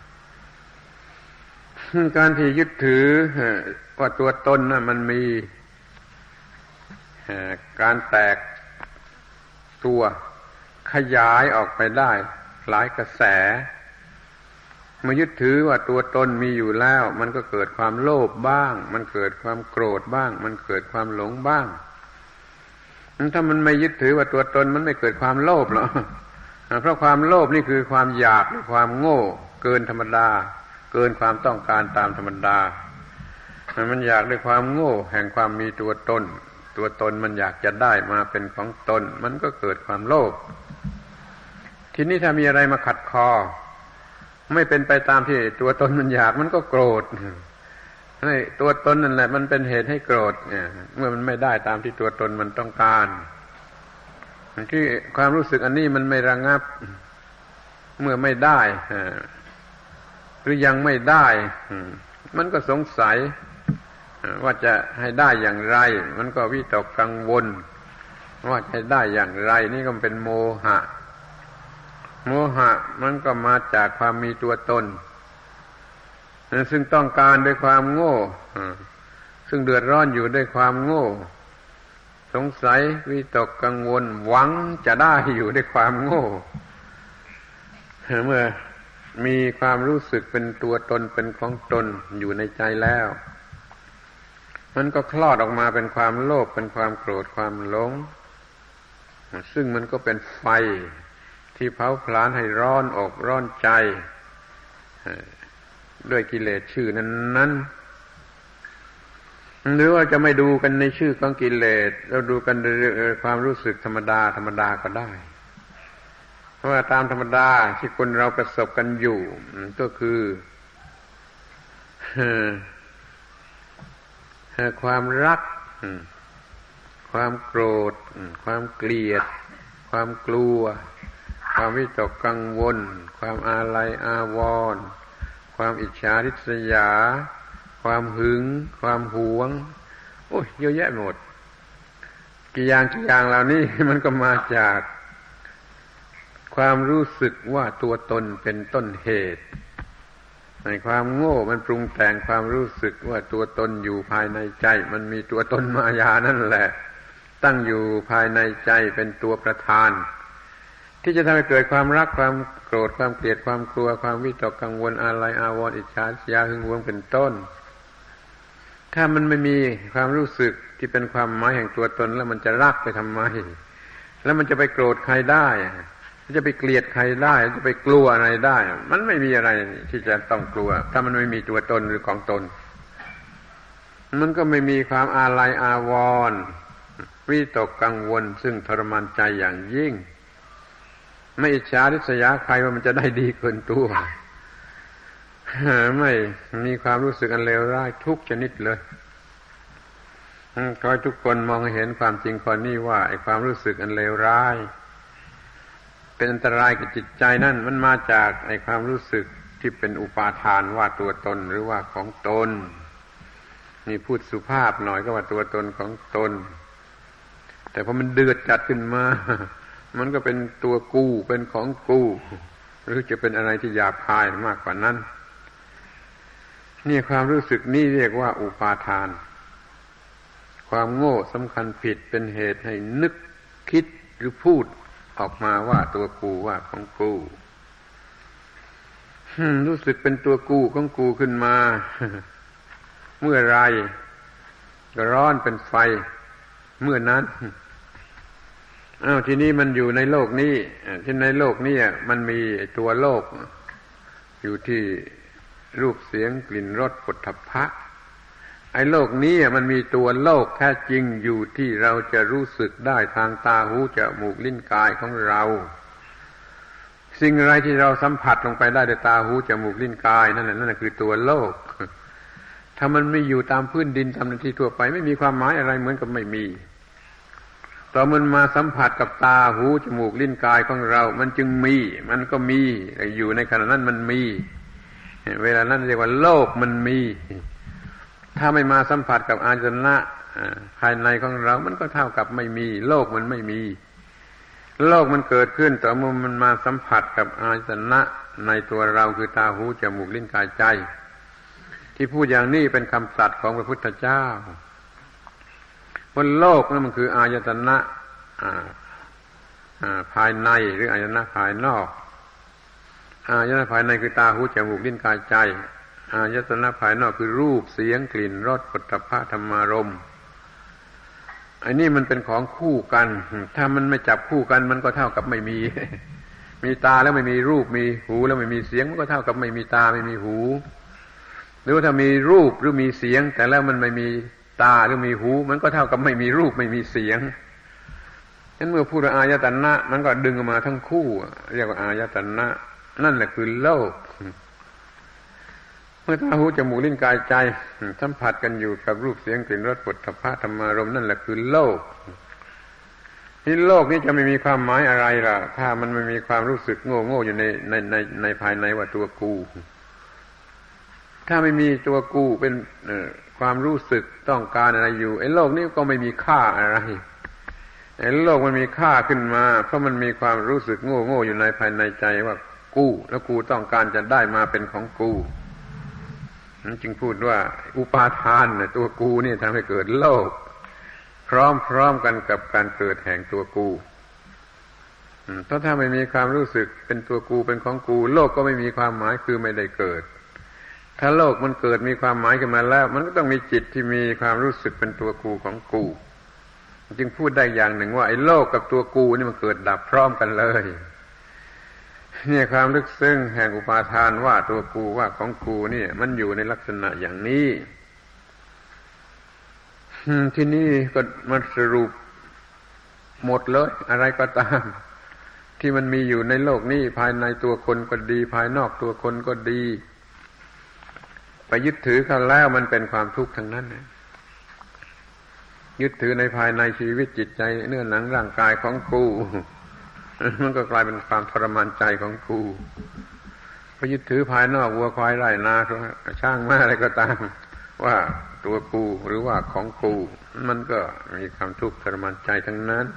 Speaker 1: การที่ยึดถือว่าตัวตนน่ะมันมีการแตกตัวขยายออกไปได้หลายกระแสเมื่อยึดถือว่าตัวตนมีอยู่แล้วมันก็เกิดความโลภบ้างมันเกิดความโกรธบ้างมันเกิดความหลงบ้างถ้ามันไม่ยึดถือว่าตัวตนมันไม่เกิดความโลภหรอกเพราะความโลภนี่คือความอยากหรือความโง่เกินธรรมดาเกินความต้องการตามธรรมดามันอยากด้วยความโง่แห่งความมีตัวตนตัวตนมันอยากจะได้มาเป็นของตนมันก็เกิดความโลภทีนี้ถ้ามีอะไรมาขัดคอไม่เป็นไปตามที่ตัวตนมันอยากมันก็โกรธให้ตัวตนนั่นแหละมันเป็นเหตุให้โกรธเนี่ยเมื่อมันไม่ได้ตามที่ตัวตนมันต้องการที่ความรู้สึกอันนี้มันไม่ระงับเมื่อไม่ได้หรือยังไม่ได้มันก็สงสัยว่าจะให้ได้อย่างไรมันก็วิตกกังวลว่าจะได้อย่างไรนี่ก็เป็นโมหะโมหะมันก็มาจากความมีตัวตนซึ่งต้องการด้วยความโง่ซึ่งเดือดร้อนอยู่ด้วยความโง่สงสัยวิตกกังวลหวังจะได้อยู่ด้วยความโง่เมื่อมีความรู้สึกเป็นตัวตนเป็นของตนอยู่ในใจแล้วมันก็คลอดออกมาเป็นความโลภเป็นความโกรธความหลงซึ่งมันก็เป็นไฟที่เผาผลาญให้ร้อนอกร้อนใจด้วยกิเลสชื่อนั้นๆหรือว่าจะไม่ดูกันในชื่อของกิเลสเราดูกันในความรู้สึกธรรมดาธรรมดาก็ได้เพราะว่าตามธรรมดาที่คนเราประสบกันอยู่ก็คือความรักความโกรธความเกลียดความกลัวความวิตกกังวลความอาลัยอาวรณ์ความอิจฉาริษยาความหึงความหวงโอ้ยเยอะแยะหมดกี่อย่างกี่อย่างเหล่านี้มันก็มาจากความรู้สึกว่าตัวตนเป็นต้นเหตุในความโง่มันปรุงแต่งความรู้สึกว่าตัวตนอยู่ภายในใจมันมีตัวตนมายานั่นแหละตั้งอยู่ภายในใจเป็นตัวประธานที่จะทำให้เกิดความรักความโกรธความเกลียดความกลัวความวิตกกังวลอาลัยอาวรณ์อิจฉาริษยาหึงหวงเป็นต้นถ้ามันไม่มีความรู้สึกที่เป็นความหมายแห่งตัวตนแล้วมันจะรักไปทำไมแล้วมันจะไปโกรธใครได้จะไปเกลียดใครได้จะไปกลัวอะไรได้มันไม่มีอะไรที่จะต้องกลัวถ้ามันไม่มีตัวตนหรือของตนมันก็ไม่มีความอาลัยอาวรณ์วิตกกังวลซึ่งทรมานใจอย่างยิ่งไม่อิจฉาริษยาใครว่ามันจะได้ดีเกินตัวไม่มีความรู้สึกอันเลวร้ายทุกชนิดเลยขอให้ทุกคนมองเห็นความจริงข้อนี้ว่าไอ้ความรู้สึกอันเลวร้ายเป็นอันตรายกับจิตใจนั่นมันมาจากไอ้ความรู้สึกที่เป็นอุปาทานว่าตัวตนหรือว่าของตนนี่พูดสุภาพหน่อยก็ว่าตัวตนของตนแต่พอมันเดือดจัดขึ้นมามันก็เป็นตัวกูเป็นของกูหรือจะเป็นอะไรที่หยาบคายมากกว่านั้นนี่ความรู้สึกนี้เรียกว่าอุปาทานความโง่สำคัญผิดเป็นเหตุให้นึกคิดหรือพูดออกมาว่าตัวกูว่าของกูรู้สึกเป็นตัวกูของกูขึ้นมาเมื่อไรก็ร้อนเป็นไฟเมื่อนั้นอ้าวทีนี้มันอยู่ในโลกนี้ที่ในโลกนี้มันมีตัวโลกอยู่ที่รูปเสียงกลิ่นรสผลทพะไอ้โลกนี้มันมีตัวโลกแท้จริงอยู่ที่เราจะรู้สึกได้ทางตาหูจมูกลิ้นกายของเราสิ่งอะไรที่เราสัมผัสลงไปได้ด้วยตาหูจมูกลิ้นกายนั่นแหละนั่นแหละคือตัวโลกถ้ามันไม่อยู่ตามพื้นดินตามที่ทั่วไปไม่มีความหมายอะไรเหมือนกับไม่มีตอนมันมาสัมผัสกับตาหูจมูกลิ้นกายของเรามันจึงมีมันก็มีอยู่ในขณะนั้นมันมีเวลานั้นเรียกว่าโลกมันมีถ้าไม่มาสัมผัสกับอายตนะภายในของเรามันก็เท่ากับไม่มีโลกมันไม่มีโลกมันเกิดขึ้นต่อเมื่อมันมาสัมผัสกับอายตนะในตัวเราคือตาหูจมูกลิ้นกายใจที่พูดอย่างนี้เป็นคำตรัสของพระพุทธเจ้าบนโลกนั่นมันคืออายตนะภายในหรืออายตนะภายนอกอายตนะภายในคือตาหูจมูกลิ้นกายใจอายตนะภายนอกคือรูปเสียงกลิ่นรสโผฏฐัพพะธรรมารมณ์อันนี้มันเป็นของคู่กันถ้ามันไม่จับคู่กันมันก็เท่ากับไม่มีมีตาแล้วไม่มีรูปมีหูแล้วไม่มีเสียงมันก็เท่ากับไม่มีตาไม่มีหูหรือว่าถ้ามีรูปหรือมีเสียงแต่แล้วมันไม่มีตาหรือมีหูมันก็เท่ากับไม่มีรูปไม่มีเสียงฉะนั้นเมื่อพูดอายตนะมันก็ดึงออกมาทั้งคู่เรียกว่าอายตนะนั่นแหละคือโลกเมื่อตาหูจมูกลิ้นกายใจสัมผัสกันอยู่กับรูปเสียงกลิ่นรสโผฏฐัพพะธรรมารมณ์นั่นแหละคือโลกที่โลกนี้จะไม่มีความหมายอะไรล่ะถ้ามันไม่มีความรู้สึกโง่โง่อยู่ในในในในภายในว่าตัวกูถ้าไม่มีตัวกูเป็นความรู้สึกต้องการอะไรอยู่ไอ้โลกนี้ก็ไม่มีค่าอะไรไอ้โลกมันมีค่าขึ้นมาเพราะมันมีความรู้สึกโง่โง่อยู่ในภายในใจว่ากูแล้วกูต้องการจะได้มาเป็นของกูนั้นจึงพูดว่าอุปาทานเนี่ยตัวกูนี่ทำให้เกิดโลกพร้อมๆกันกับการเกิดแห่งตัวกูเพราะถ้าไม่มีความรู้สึกเป็นตัวกูเป็นของกูโลกก็ไม่มีความหมายคือไม่ได้เกิดถ้าโลกมันเกิดมีความหมายขึ้นมาแล้วมันก็ต้องมีจิตที่มีความรู้สึกเป็นตัวกูของกูจึงพูดได้อย่างหนึ่งว่าไอ้โลกกับตัวกูนี่มันเกิดดับพร้อมกันเลยเนี่ยความลึกซึ้งแห่งอุปาทานว่าตัวกูว่าของกูเนี่ยมันอยู่ในลักษณะอย่างนี้ที่นี่ก็มาสรุปหมดเลยอะไรก็ตามที่มันมีอยู่ในโลกนี้ภายในตัวคนก็ดีภายนอกตัวคนก็ดีไปยึดถือเขาแล้วมันเป็นความทุกข์ทั้งนั้นยึดถือในภายในชีวิตจิตใจเนื้อหนังร่างกายของกูมันก็กลายเป็นความทรมานใจของกูไปยึดถือภายนอกวัวควายไร่นาช่างม้าอะไรก็ตามว่าตัวกูหรือว่าของกูมันก็มีความทุกข์ทรมานใจทั้งนั้น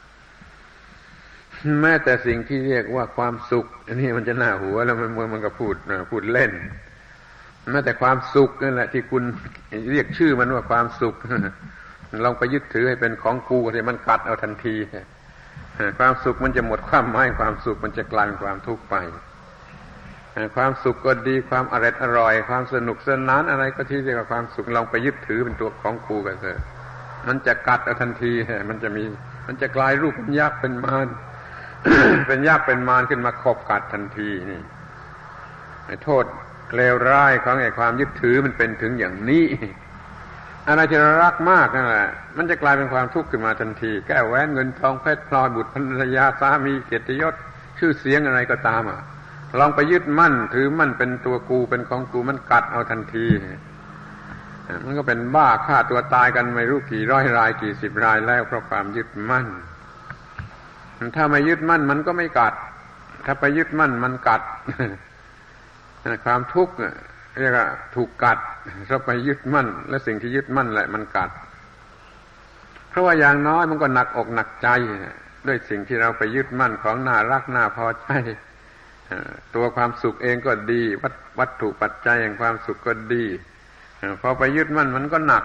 Speaker 1: แม้แต่สิ่งที่เรียกว่าความสุขอันนี้มันจะน่าหัวแล้วมันมันก็พูดพูดเล่นแม้แต่ความสุขนั่นแหละที่คุณเรียกชื่อมันว่าความสุขลองไปยึดถือให้เป็นของกูสิมันกัดเอาทันทีความสุขมันจะหมดความหมายความสุขมันจะกลายเป็นความทุกข์ไปความสุขก็ดีความอร่อยอร่อยความสนุกสนานอะไรก็ที่เรียกว่าความสุขลองไปยึดถือเป็นตัวของกูกันเถอะมันจะกัดเอาทันทีมันจะมีมันจะกลายรูปเป็นยักษ์เป็นมาร เป็นยักษ์เป็นมารขึ้นมาขบกัดทันทีนี่โทษเลวร้ายของไอ้ความยึดถือมันเป็นถึงอย่างนี้อะไรที่เรารักมากนั่นแหละมันจะกลายเป็นความทุกข์ขึ้นมาทันทีแก้วแหวนเงินทองเพชรพลอยบุตรภรรยาสามีเกียรติยศชื่อเสียงอะไรก็ตามอ่ะลองไปยึดมั่นถือมั่นเป็นตัวกูเป็นของกูมันกัดเอาทันทีมันก็เป็นบ้าฆ่าตัวตายกันไม่รู้กี่ร้อยรายกี่สิบรายแล้วเพราะความยึดมั่นถ้าไม่ยึดมั่นมันก็ไม่กัดถ้าไปยึดมั่นมันกัดความทุกข์เรียกว่าถูกกัดเพราะไปยึดมั่นและสิ่งที่ยึดมั่นแหละมันกัดเพราะว่าอย่างน้อยมันก็หนักอกหนักใจด้วยสิ่งที่เราไปยึดมั่นของน่ารักน่าพอใจตัวความสุขเองก็ดีวัตถุปัจจัยแห่งความสุขก็ดีพอไปยึดมั่นมันก็หนัก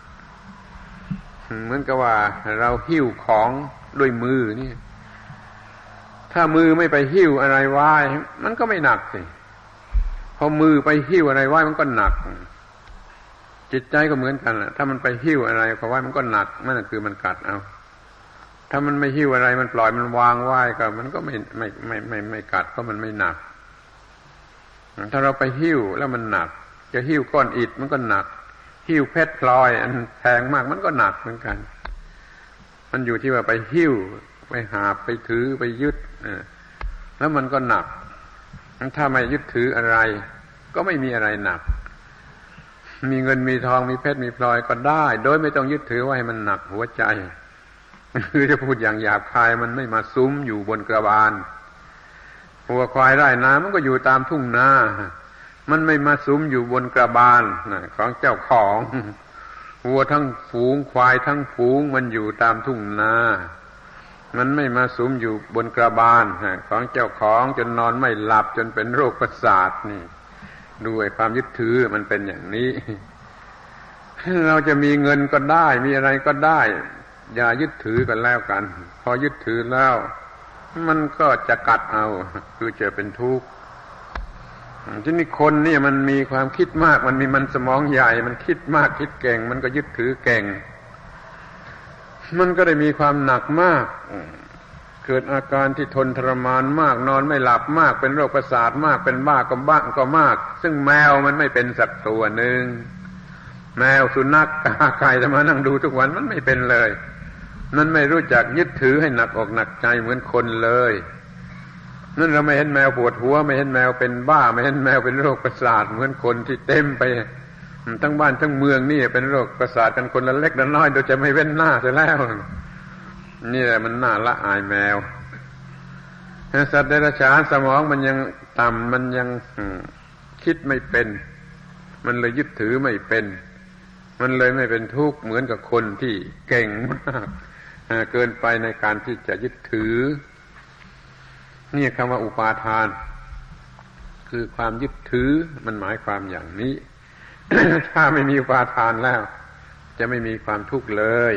Speaker 1: เหมือนกับว่าเราหิ้วของด้วยมือนี่ถ้ามือไม่ไปหิ้วอะไรไว้มันก็ไม่หนักสิพอมือไปหิ้วอะไรไว้มันก็หนักจิตใจก็เหมือนกันแหละถ้ามันไปหิ้วอะไรเขาไว้มันก็หนักนั่นคือมันกัดเอาถ้ามันไม่หิ้วอะไรมันปล่อยมันวางไว้ก็มันก็ไม่ไม่ไม่ไม่ไม่กัดเพราะมันไม่หนักถ้าเราไปหิ้วแล้วมันหนักจะหิ้วก้อนอิฐมันก็หนักหิ้วเพชรพลอยอันแพงมากมันก็หนักเหมือนกันมันอยู่ที่ว่าไปหิ้วไปหาไปถือไปยึดแล้วมันก็หนักถ้าไม่ยึดถืออะไรก็ไม่มีอะไรหนักมีเงินมีทองมีเพชรมีพลอยก็ได้โดยไม่ต้องยึดถือว่าให้มันหนักหัวใจคือจะพูดอย่างหยาบคายมันไม่มาซุ้มอยู่บนกระบาลวัวควายไร่นามันก็อยู่ตามทุ่งนามันไม่มาซุ้มอยู่บนกระบาลของเจ้าของวัวทั้งฝูงควายทั้งฝูงมันอยู่ตามทุ่งนามันไม่มาซุ้มอยู่บนกระบาลของเจ้าของจนนอนไม่หลับจนเป็นโรคประสาทนี่ด้วยความยึดถือมันเป็นอย่างนี้เราจะมีเงินก็ได้มีอะไรก็ได้อย่ายึดถือกันแล้วกันพอยึดถือแล้วมันก็จะกัดเอาคือจะเป็นทุกข์ทีนี้คนนี่มันมีความคิดมากมันมีมันสมองใหญ่มันคิดมากคิดเก่งมันก็ยึดถือเก่งมันก็ได้มีความหนักมากเกิดอาการที่ทนทรมานมากนอนไม่หลับมากเป็นโรคประสาทมากเป็นบ้าก็บ้าก็มากซึ่งแมวมันไม่เป็นสัตว์ตัวหนึ่งแมวสุนัขกาไก่จะมานั่งดูทุกวันมันไม่เป็นเลยมันไม่รู้จักยึดถือให้หนักอกหนักใจเหมือนคนเลยนั่นเราไม่เห็นแมวปวดหัวไม่เห็นแมวเป็นบ้าไม่เห็นแมวเป็นโรคประสาทเหมือนคนที่เต็มไปทั้งบ้านทั้งเมืองนี่เป็นโรคประสาทกันคนละเล็กละน้อยโดยจะไม่เว้นหน้าเสียแล้วนี่แหละมันน่าละอายแมวสัตว์เดรัจฉานสมองมันยังต่ำมันยังคิดไม่เป็นมันเลยยึดถือไม่เป็นมันเลยไม่เป็นทุกข์เหมือนกับคนที่เก่งมากเกินไปในการที่จะยึดถือนี่คำว่าอุปาทานคือความยึดถือมันหมายความอย่างนี้ ถ้าไม่มีอุปาทานแล้วจะไม่มีความทุกข์เลย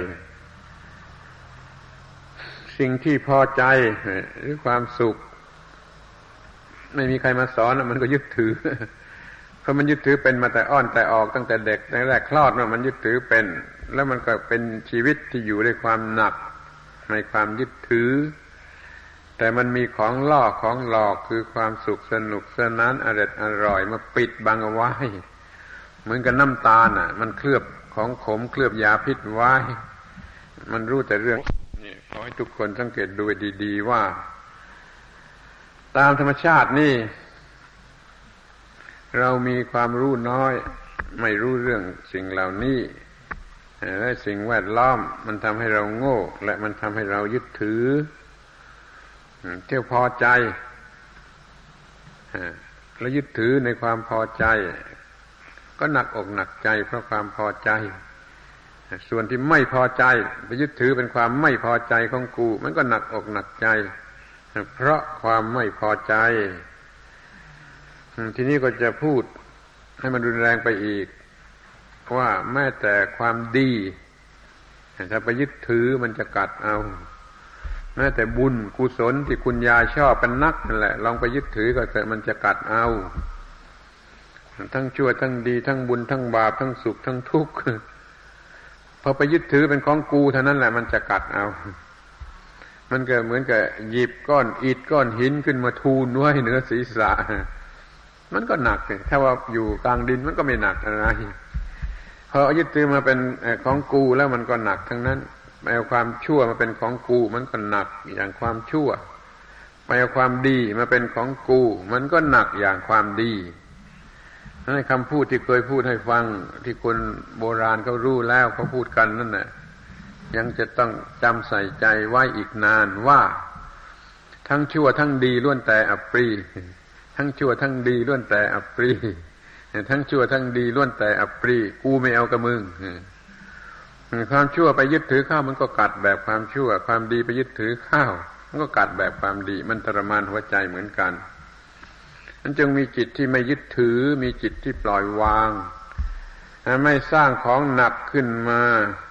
Speaker 1: สิ่งที่พอใจหรือความสุขไม่มีใครมาสอนมันก็ยึดถือเพราะมันยึดถือเป็นมาแต่อ้อนแต่ออกตั้งแต่เด็กตั้งแต่แรกคลอดมันยึดถือเป็นแล้วมันก็เป็นชีวิตที่อยู่ในความหนักในความยึดถือแต่มันมีของล่อของหลอกคือความสุขสนุกสนานอร่อยอร่อยมาปิดบังเอาไว้เหมือนกับน้ำตาลน่ะมันเคลือบของขมเคลือบยาพิษไว้มันรู้แต่เรื่องนี่ขอให้ทุกคนสังเกตดูดีๆว่าตามธรรมชาตินี่เรามีความรู้น้อยไม่รู้เรื่องสิ่งเหล่านี้และสิ่งแวดล้อมมันทำให้เราโง่และมันทำให้เรายึดถือเที่ยวพอใจและยึดถือในความพอใจก็หนักอกหนักใจเพราะความพอใจส่วนที่ไม่พอใจไปยึดถือเป็นความไม่พอใจของกูมันก็หนักอกหนักใจเพราะความไม่พอใจทีนี้ก็จะพูดให้มันรุนแรงไปอีกว่าแม้แต่ความดีถ้าไปยึดถือมันจะกัดเอาแม้แต่บุญกุศลที่คุณยายชอบเป็นนักนั่นแหละลองไปยึดถือก็เถอะมันจะกัดเอาทั้งชั่วทั้งดีทั้งบุญทั้งบาปทั้งสุขทั้งทุกข์พอไปยึดถือเป็นของกูเท่านั้นแหละมันจะกัดเอามันก็เหมือนกับหยิบก้อนอิฐก้อนหินขึ้นมาทูลไว้เหนือศีรษะมันก็หนักเลยถ้าว่าอยู่กลางดินมันก็ไม่หนักอะไรพอยึดถือมาเป็นของกูแล้วมันก็หนักทั้งนั้นไปเอาความชั่วมาเป็นของกูมันก็หนักอย่างความชั่วไปเอาความดีมาเป็นของกูมันก็หนักอย่างความดีให้คำพูดที่เคยพูดให้ฟังที่คนโบราณเขารู้แล้วเขาพูดกันนั่นแหละยังจะต้องจำใส่ใจไว้อีกนานว่าทั้งชั่วทั้งดีล้วนแต่อัปรีทั้งชั่วทั้งดีล้วนแต่อัปรีทั้งชั่วทั้งดีล้วนแต่อัปรีกูไม่เอากับมึงความชั่วไปยึดถือข้าวมันก็กัดแบบความชั่วความดีไปยึดถือข้าวมันก็กัดแบบความดีมันทรมานหัวใจเหมือนกันมันจึงมีจิตที่ไม่ยึดถือมีจิตที่ปล่อยวางไม่สร้างของหนักขึ้นมา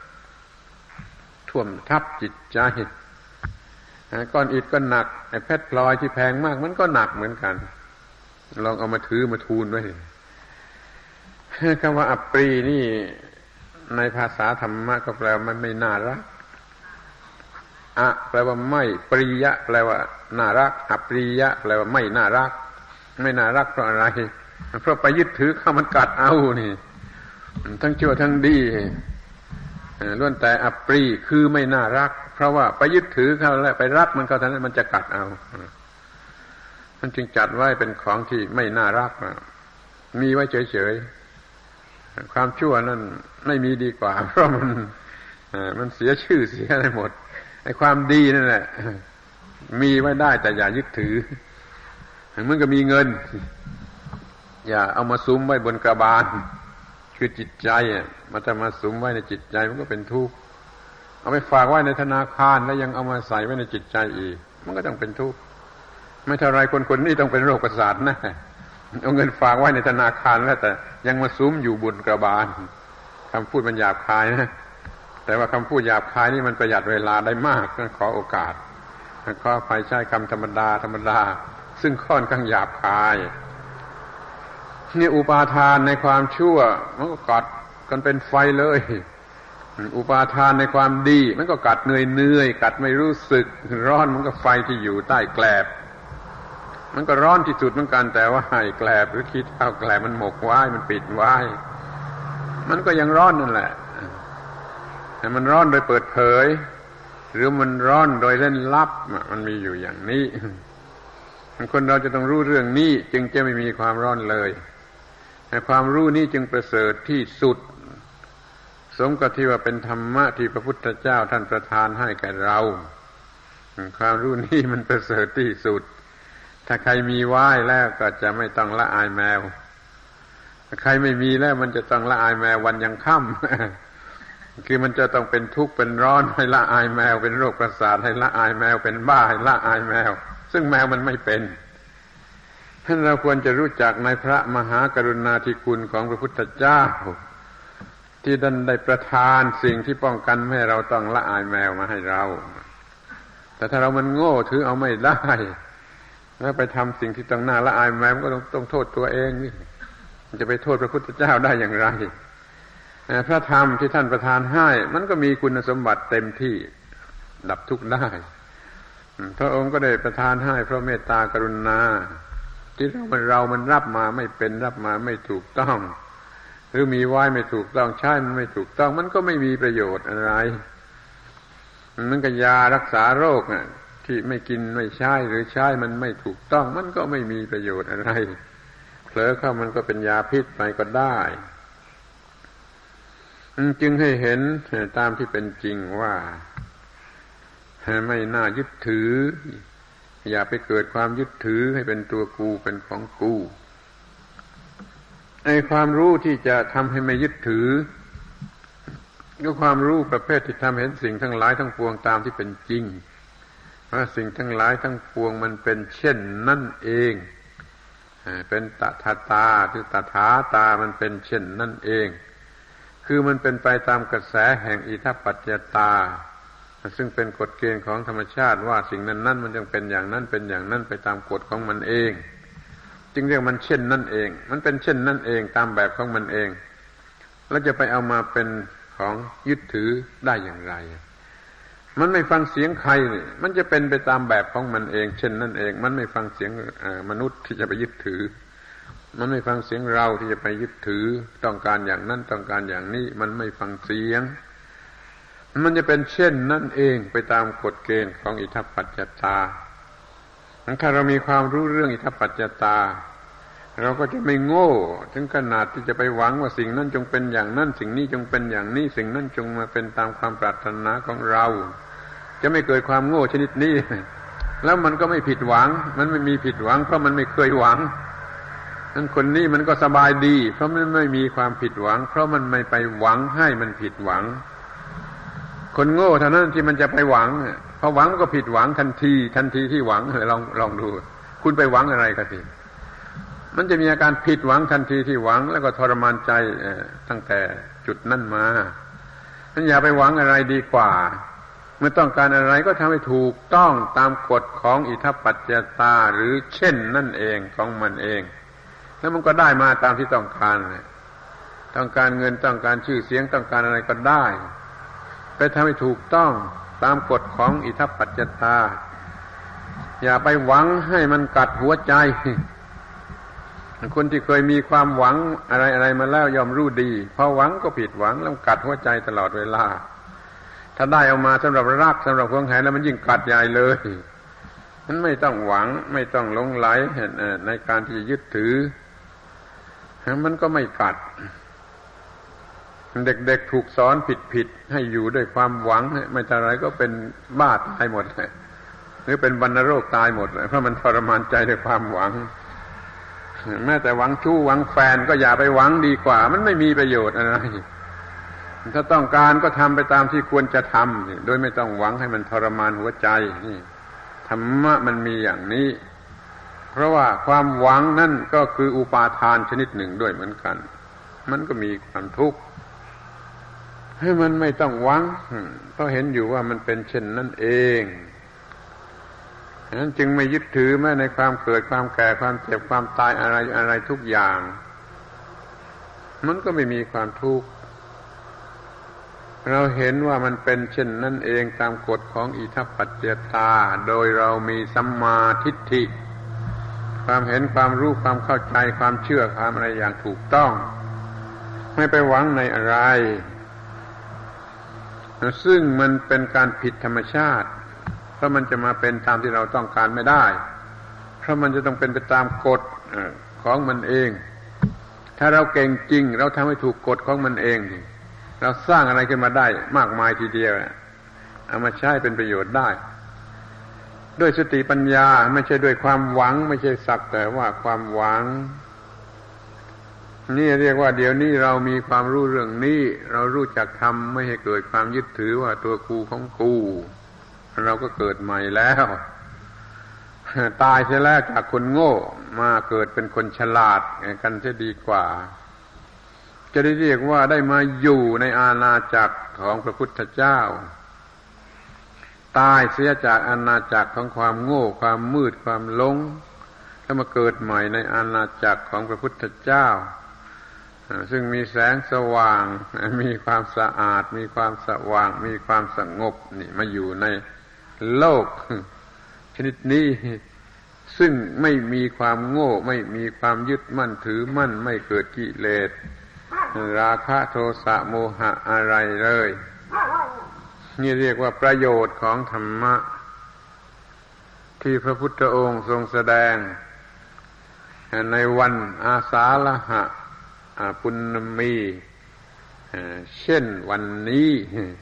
Speaker 1: ท่วมทับจิตใจก้อนอิฐก็หนักไอ้เพชรพลอยที่แพงมากมันก็หนักเหมือนกันลองเอามาถือมาทูลไว้คำว่าอัปปรีนี่ในภาษาธรรมะก็แปลว่ามันไม่น่ารักอะแปลว่าไม่ปริยะแปลว่าน่ารักอัปปริยะแปลว่าไม่น่ารักไม่น่ารักเพราะอะไรเพราะไปยึดถือข้ามันกัดเอานี่ทั้งชั่วทั้งดีล้วนแต่อัปปรีคือไม่น่ารักเพราะว่าไปยึดถือเขาแล้วไปรักมันก็เท่านั้นมันจะกัดเอามันจึงจัดไว้เป็นของที่ไม่น่ารักมีไว้เฉยๆความชั่วนั้นไม่มีดีกว่าเพราะมันมันเสียชื่อเสียอะไรหมดไอ้ความดีนั่นแหละมีไว้ได้แต่อย่ายึดถือมันก็มีเงินอย่าเอามาซุ้มไว้บนกระบาลคือจิตใจอ่ะมันจะมาสุมไว้ในจิตใจมันก็เป็นทุกข์เอาไปฝากไว้ในธนาคารแล้วยังเอามาใส่ไว้ในจิตใจอีกมันก็ต้องเป็นทุกข์ไม่เท่าไรคนคนนี้ต้องเป็นโรคประสาทแน่เอาเงินฝากไว้ในธนาคารแล้วแต่ยังมาสุมอยู่บนกระบาลคำพูดมันหยาบคายนะแต่ว่าคำพูดหยาบคายนี่มันประหยัดเวลาได้มากขอโอกาสขอไปใช้คำธรรมดาธรรมดาซึ่งค่อนข้างหยาบคายนี่อุปาทานในความชั่วมันก็กัดกันเป็นไฟเลยอุปาทานในความดีมันก็กัดเหนื่อยๆกัดไม่รู้สึกร้อนมันก็ไฟที่อยู่ใต้แกลบมันก็ร้อนที่สุดเหมือนกันแต่ว่าไอ้แกลบหรือขี้เถ้าแกลบมันหมกไว้มันปิดไว้มันก็ยังร้อนนั่นแหละแต่มันร้อนโดยเปิดเผยหรือมันร้อนโดยเล่นลับมันมีอยู่อย่างนี้คนเราจะต้องรู้เรื่องนี้จึงจะไม่มีความร้อนเลยความรู้นี้จึงประเสริฐที่สุดสมกับที่ว่าเป็นธรรมะที่พระพุทธเจ้าท่านประทานให้แก่เราความรู้นี้มันประเสริฐที่สุดถ้าใครมีไว้แล้วก็จะไม่ต้องละอายแมวถ้าใครไม่มีแล้วมันจะต้องละอายแมววันยังค่ำคือมันจะต้องเป็นทุกข์เป็นร้อนให้ละอายแมวเป็นโรคประสาทให้ละอายแมวเป็นบ้าให้ละอายแมวซึ่งแมวมันไม่เป็นท่านเราควรจะรู้จักในพระมหากรุณาธิคุณของพระพุทธเจ้าที่ท่านได้ประทานสิ่งที่ป้องกันไม่ให้เราต้องละอายแมวมาให้เราแต่ถ้าเรามันโง่ถือเอาไม่ได้แล้วไปทำสิ่งที่ต้องน่าละอายแมวก็ต้องต้องโทษตัวเองนี่จะไปโทษพระพุทธเจ้าได้อย่างไรพระธรรมที่ท่านประทานให้มันก็มีคุณสมบัติเต็มที่ดับทุกข์ได้พระองค์ก็ได้ประทานให้เพราะเมตตากรุณาที่เรามันเรามันรับมาไม่เป็นรับมาไม่ถูกต้องหรือมีไว้ไม่ถูกต้องใช้มันไม่ถูกต้องมันก็ไม่มีประโยชน์อะไรมันก็ยารักษาโรคน่ะที่ไม่กินไม่ใช้หรือใช้มันไม่ถูกต้องมันก็ไม่มีประโยชน์อะไรเผลอเข้ามันก็เป็นยาพิษไปก็ได้จึงให้เห็นตามที่เป็นจริงว่าไม่น่ายึดถืออย่าไปเกิดความยึดถือให้เป็นตัวกูเป็นของกูไอ้ความรู้ที่จะทำให้ไม่ยึดถือก็ความรู้ประเภทที่ทำเห็นสิ่งทั้งหลายทั้งปวงตามที่เป็นจริงว่าสิ่งทั้งหลายทั้งปวงมันเป็นเช่นนั่นเองเป็นตถาตาหรือตถาตามันเป็นเช่นนั่นเองคือมันเป็นไปตามกระแสแห่งอิทัปปัจจตาซึ่งเป็นกฎเกณฑ์ของธรรมชาติว่าสิ่งนั้นนั้นมันจึงเป็นอย่างนั้นเป็นอย่างนั้นไปตามกฎของมันเองจึงเรียกมันเช่นนั่นเองมันเป็นเช่นนั่นเองตามแบบของมันเองแล้วจะไปเอามาเป็นของยึดถือได้อย่างไรมันไม่ฟังเสียงใครนี่มันจะเป็นไปตามแบบของมันเองเช่นนั่นเองมันไม่ฟังเสียงมนุษย์ที่จะไปยึดถือมันไม่ฟังเสียงเราที่จะไปยึดถือต้องการอย่างนั้นต้องการอย่างนี้มันไม่ฟังเสียงมันจะเป็นเช่นนั่นเองไปตามกฎเกณฑ์ของอิทัปปัจจตาถ้าเรามีความรู้เรื่องอิทัปปัจจตาเราก็จะไม่โง่ถึงขนาดที่จะไปหวังว่าสิ่งนั้นจงเป็นอย่างนั้นสิ่งนี้จงเป็นอย่างนี้สิ่งนั้นจงมาเป็นตามความปรารถนาของเราจะไม่เกิดความโง่ชนิดนี้แล้วมันก็ไม่ผิดหวังมันไม่มีผิดหวังเพราะมันไม่เคยหวังนั้นคนนี้มันก็สบายดีเพราะมันไม่มีความผิดหวังเพราะมันไม่ไปหวังให้มันผิดหวังคนโง่เท่านั้นที่มันจะไปหวังพอหวังก็ผิดหวังทันทีทันทีที่หวังลองลองดูคุณไปหวังอะไรกันทีมันจะมีอาการผิดหวังทันทีที่หวังแล้วก็ทรมานใจตั้งแต่จุดนั้นมาฉันอย่าไปหวังอะไรดีกว่าเมื่อต้องการอะไรก็ทำให้ถูกต้องตามกฎของอิทัปปัจจตาหรือเช่นนั่นเองของมันเองแล้วมันก็ได้มาตามที่ต้องการต้องการเงินต้องการชื่อเสียงต้องการอะไรก็ได้ไปทำให้ถูกต้องตามกฎของอิทัปปัจจตาอย่าไปหวังให้มันกัดหัวใจคนที่เคยมีความหวังอะไรอะไรมาแล้วยอมรู้ดีพอหวังก็ผิดหวังแล้วกัดหัวใจตลอดเวลาถ้าได้เอามาสำหรับรักสำหรับหวงแหนแล้วมันยิ่งกัดใหญ่เลยนั้นไม่ต้องหวังไม่ต้องหลงไหลในการที่จะยึดถือมันก็ไม่กัดเด็กๆถูกสอนผิดๆให้อยู่ด้วยความหวังไม่แต่ไรก็เป็นบ้าตายหมดหรือเป็นวัณโรคตายหมดเพราะมันทรมานใจด้วยความหวังแม้แต่หวังชู้หวังแฟนก็อย่าไปหวังดีกว่ามันไม่มีประโยชน์อะไรถ้าต้องการก็ทำไปตามที่ควรจะทำโดยไม่ต้องหวังให้มันทรมานหัวใจนี่ธรรมะมันมีอย่างนี้เพราะว่าความหวังนั่นก็คืออุปาทานชนิดหนึ่งด้วยเหมือนกันมันก็มีความทุกข์ให้มันไม่ต้องหวังเพราะเห็นอยู่ว่ามันเป็นเช่นนั้นเองฉะนั้นจึงไม่ยึดถือแม้ในความเกิดความแก่ความเจ็บความตายอะไรอะไรทุกอย่างมันก็ไม่มีความทุกข์เราเห็นว่ามันเป็นเช่นนั้นเองตามกฎของอิทัปปัจจตาโดยเรามีสัมมาทิฏฐิความเห็นความรู้ความเข้าใจความเชื่อความอะไรอย่างถูกต้องไม่ไปหวังในอะไรซึ่งมันเป็นการผิดธรรมชาติเพราะมันจะมาเป็นตามที่เราต้องการไม่ได้เพราะมันจะต้องเป็นไปตามกฎของมันเองถ้าเราเก่งจริงเราทำให้ถูกกฎของมันเองเราสร้างอะไรขึ้นมาได้มากมายทีเดียวเอามาใช้เป็นประโยชน์ได้ด้วยสติปัญญาไม่ใช่ด้วยความหวังไม่ใช่สักแต่ว่าความหวังนี่เรียกว่าเดี๋ยวนี้เรามีความรู้เรื่องนี้เรารู้จักทำไม่ให้เกิดความยึดถือว่าตัวกูของกูเราก็เกิดใหม่แล้วตายเสียแล้วจากคนโง่มาเกิดเป็นคนฉลาดกันจะดีกว่าจะได้เรียกว่าได้มาอยู่ในอาณาจักรของพระพุทธเจ้าตายเสียจากอาณาจักรของความโง่ความมืดความหลงแล้วมาเกิดใหม่ในอาณาจักรของพระพุทธเจ้าซึ่งมีแสงสว่างมีความสะอาดมีความสว่างมีความสงบนี่มาอยู่ในโลกชนิดนี้ซึ่งไม่มีความโง่ไม่มีความยึดมั่นถือมั่นไม่เกิดกิเลสราคะโทสะโมหะอะไรเลยนี่เรียกว่าประโยชน์ของธรรมะที่พระพุทธองค์ทรงแสดงในวันอาสาฬหะปุณณมีเช่นวันนี้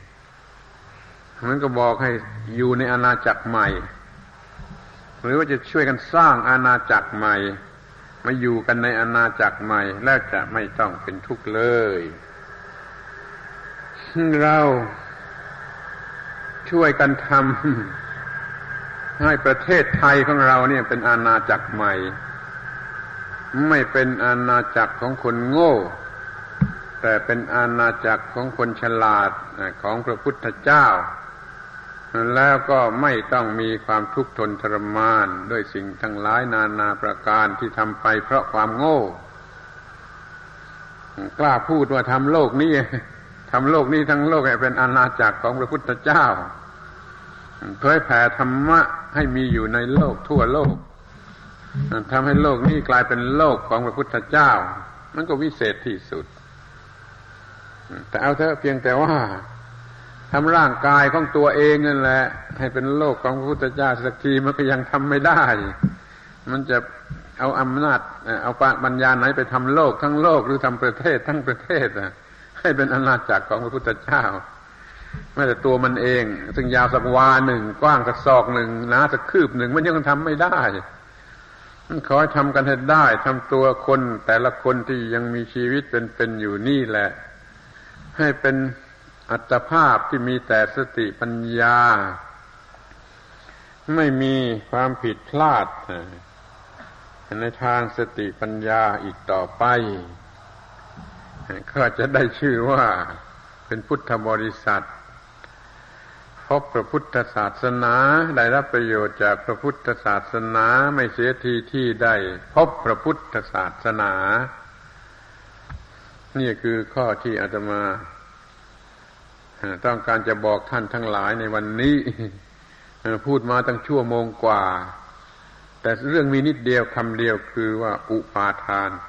Speaker 1: มันก็บอกให้อยู่ในอาณาจักรใหม่หรือว่าจะช่วยกันสร้างอาณาจักรใหม่มาอยู่กันในอาณาจักรใหม่แล้วจะไม่ต้องเป็นทุกข์เลยเราช่วยกันทำให้ประเทศไทยของเราเนี่ยเป็นอาณาจักรใหม่ไม่เป็นอาณาจักรของคนโง่แต่เป็นอาณาจักรของคนฉลาดของพระพุทธเจ้าแล้วก็ไม่ต้องมีความทุกข์ทนทรมานด้วยสิ่งทั้งหลายนานาประการที่ทำไปเพราะความโง่กล้าพูดว่าทำโลกนี้ทำโลกนี้ทั้งโลกให้เป็นอาณาจักรของพระพุทธเจ้าเผยแผ่ธรรมะให้มีอยู่ในโลกทั่วโลกทำให้โลกนี้กลายเป็นโลกของพระพุทธเจ้ามันก็วิเศษที่สุดแต่เอาเถอะเพียงแต่ว่าทำร่างกายของตัวเองนั่นแหละให้เป็นโลกของพระพุทธเจ้าสักทีมันก็ยังทำไม่ได้มันจะเอาอำนาจเอาปัญญาไหนไปทำโลกทั้งโลกหรือทำประเทศทั้งประเทศให้เป็นอาณาจักรของพระพุทธเจ้าแม้แต่ตัวมันเองซึ่งยาวสักวาหนึ่งกว้างสักศอกหนึ่งหนาสักคืบหนึ่งมันยังทำไม่ได้ขอให้ทำกันให้ได้ทำตัวคนแต่ละคนที่ยังมีชีวิตเป็นๆอยู่นี่แหละให้เป็นอัตภาพที่มีแต่สติปัญญาไม่มีความผิดพลาดในทางสติปัญญาอีกต่อไปก็จะได้ชื่อว่าเป็นพุทธบริษัทพบพระพุทธศาสนาได้รับประโยชน์จากพระพุทธศาสนาไม่เสียทีที่ได้พบพระพุทธศาสนานี่คือข้อที่อาตมาต้องการจะบอกท่านทั้งหลายในวันนี้พูดมาตั้งชั่วโมงกว่าแต่เรื่องมีนิดเดียวคำเดียวคือว่าอุปาทาน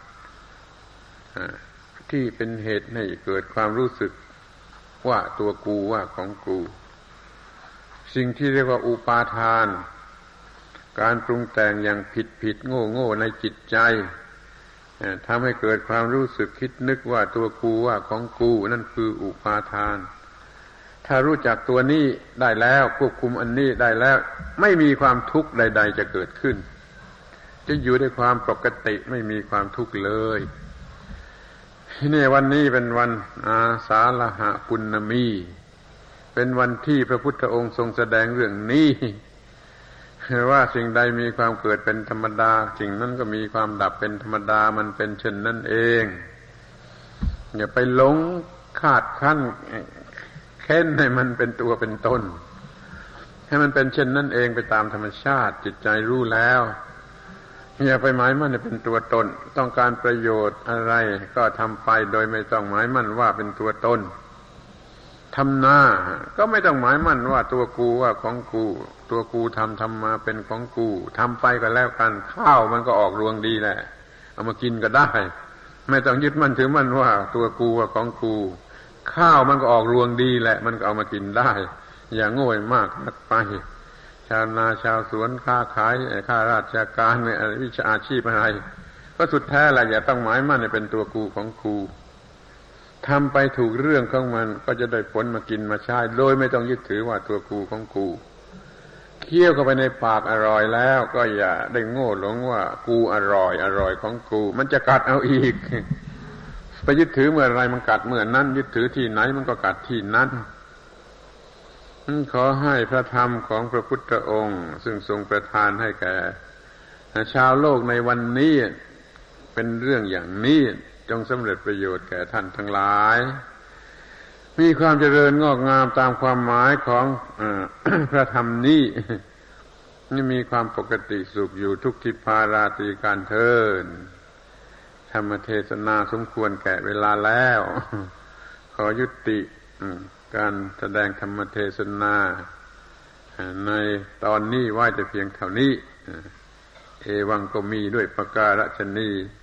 Speaker 1: ที่เป็นเหตุให้เกิดความรู้สึกว่าตัวกูว่าของกูสิ่งที่เรียกว่าอุปาทานการปรุงแต่งอย่างผิดผิดโง่โง่ในจิตใจทำให้เกิดความรู้สึกคิดนึกว่าตัวกูว่าของกูนั่นคืออุปาทานถ้ารู้จักตัวนี้ได้แล้วควบคุมอันนี้ได้แล้วไม่มีความทุกข์ใดๆจะเกิดขึ้นจะอยู่ด้วยความปกติไม่มีความทุกข์เลยนี่วันนี้เป็นวันอาสาฬหปุณณมีเป็นวันที่พระพุทธองค์ทรงแสดงเรื่องนี้ว่าสิ่งใดมีความเกิดเป็นธรรมดาสิ่งนั้นก็มีความดับเป็นธรรมดามันเป็นเช่นนั้นเองอย่าไปหลงคาดคั้นเค้นให้มันเป็นตัวเป็นตนให้มันเป็นเช่นนั้นเองไปตามธรรมชาติจิตใจรู้แล้วอย่าไปหมายมั่นให้เป็นตัวตนต้องการประโยชน์อะไรก็ทำไปโดยไม่ต้องหมายมั่นว่าเป็นตัวตนทำนาก็ไม่ต้องหมายมั่นว่าตัวกูว่าของกูตัวกูทำทำมาเป็นของกูทำไปก็แล้วกันข้าวมันก็ออกรวงดีแหละเอามากินก็ได้ไม่ต้องยึดมั่นถือมั่นว่าตัวกูว่าของกูข้าวมันก็ออกรวงดีแหละมันก็เอามากินได้อย่างโง่มากนักไปชาวนาชาวสวนค้าขายข้าราชการในวิชาอาชีพอะไรก็สุดแท้แหละอย่าต้องหมายมั่นให้เป็นตัวกูของกูทำไปถูกเรื่องของมันก็จะได้ผลมากินมาใช้โดยไม่ต้องยึดถือว่าตัวกูของกูเคี้ยวเข้าไปในปากอร่อยแล้วก็อย่าได้โง่หลงว่ากูอร่อยอร่อยของกูมันจะกัดเอาอีกไปยึดถือเมื่อไรมันกัดเมื่อนั้นยึดถือที่ไหนมันก็กัดที่นั้นขอให้พระธรรมของพระพุทธองค์ซึ่งทรงประทานให้แก่ชาวโลกในวันนี้เป็นเรื่องอย่างนี้จงสำเร็จประโยชน์แก่ท่านทั้งหลายมีความเจริญงอกงามตามความหมายของพระธรรมนี้นี่มีความปกติสุขอยู่ทุกทิพาราตรีการเทินธรรมเทศนาสมควรแก่เวลาแล้วขอยุติการแสดงธรรมเทศนาในตอนนี้ไว้แต่เพียงเท่านี้เอวังก็มีด้วยประการฉะนี้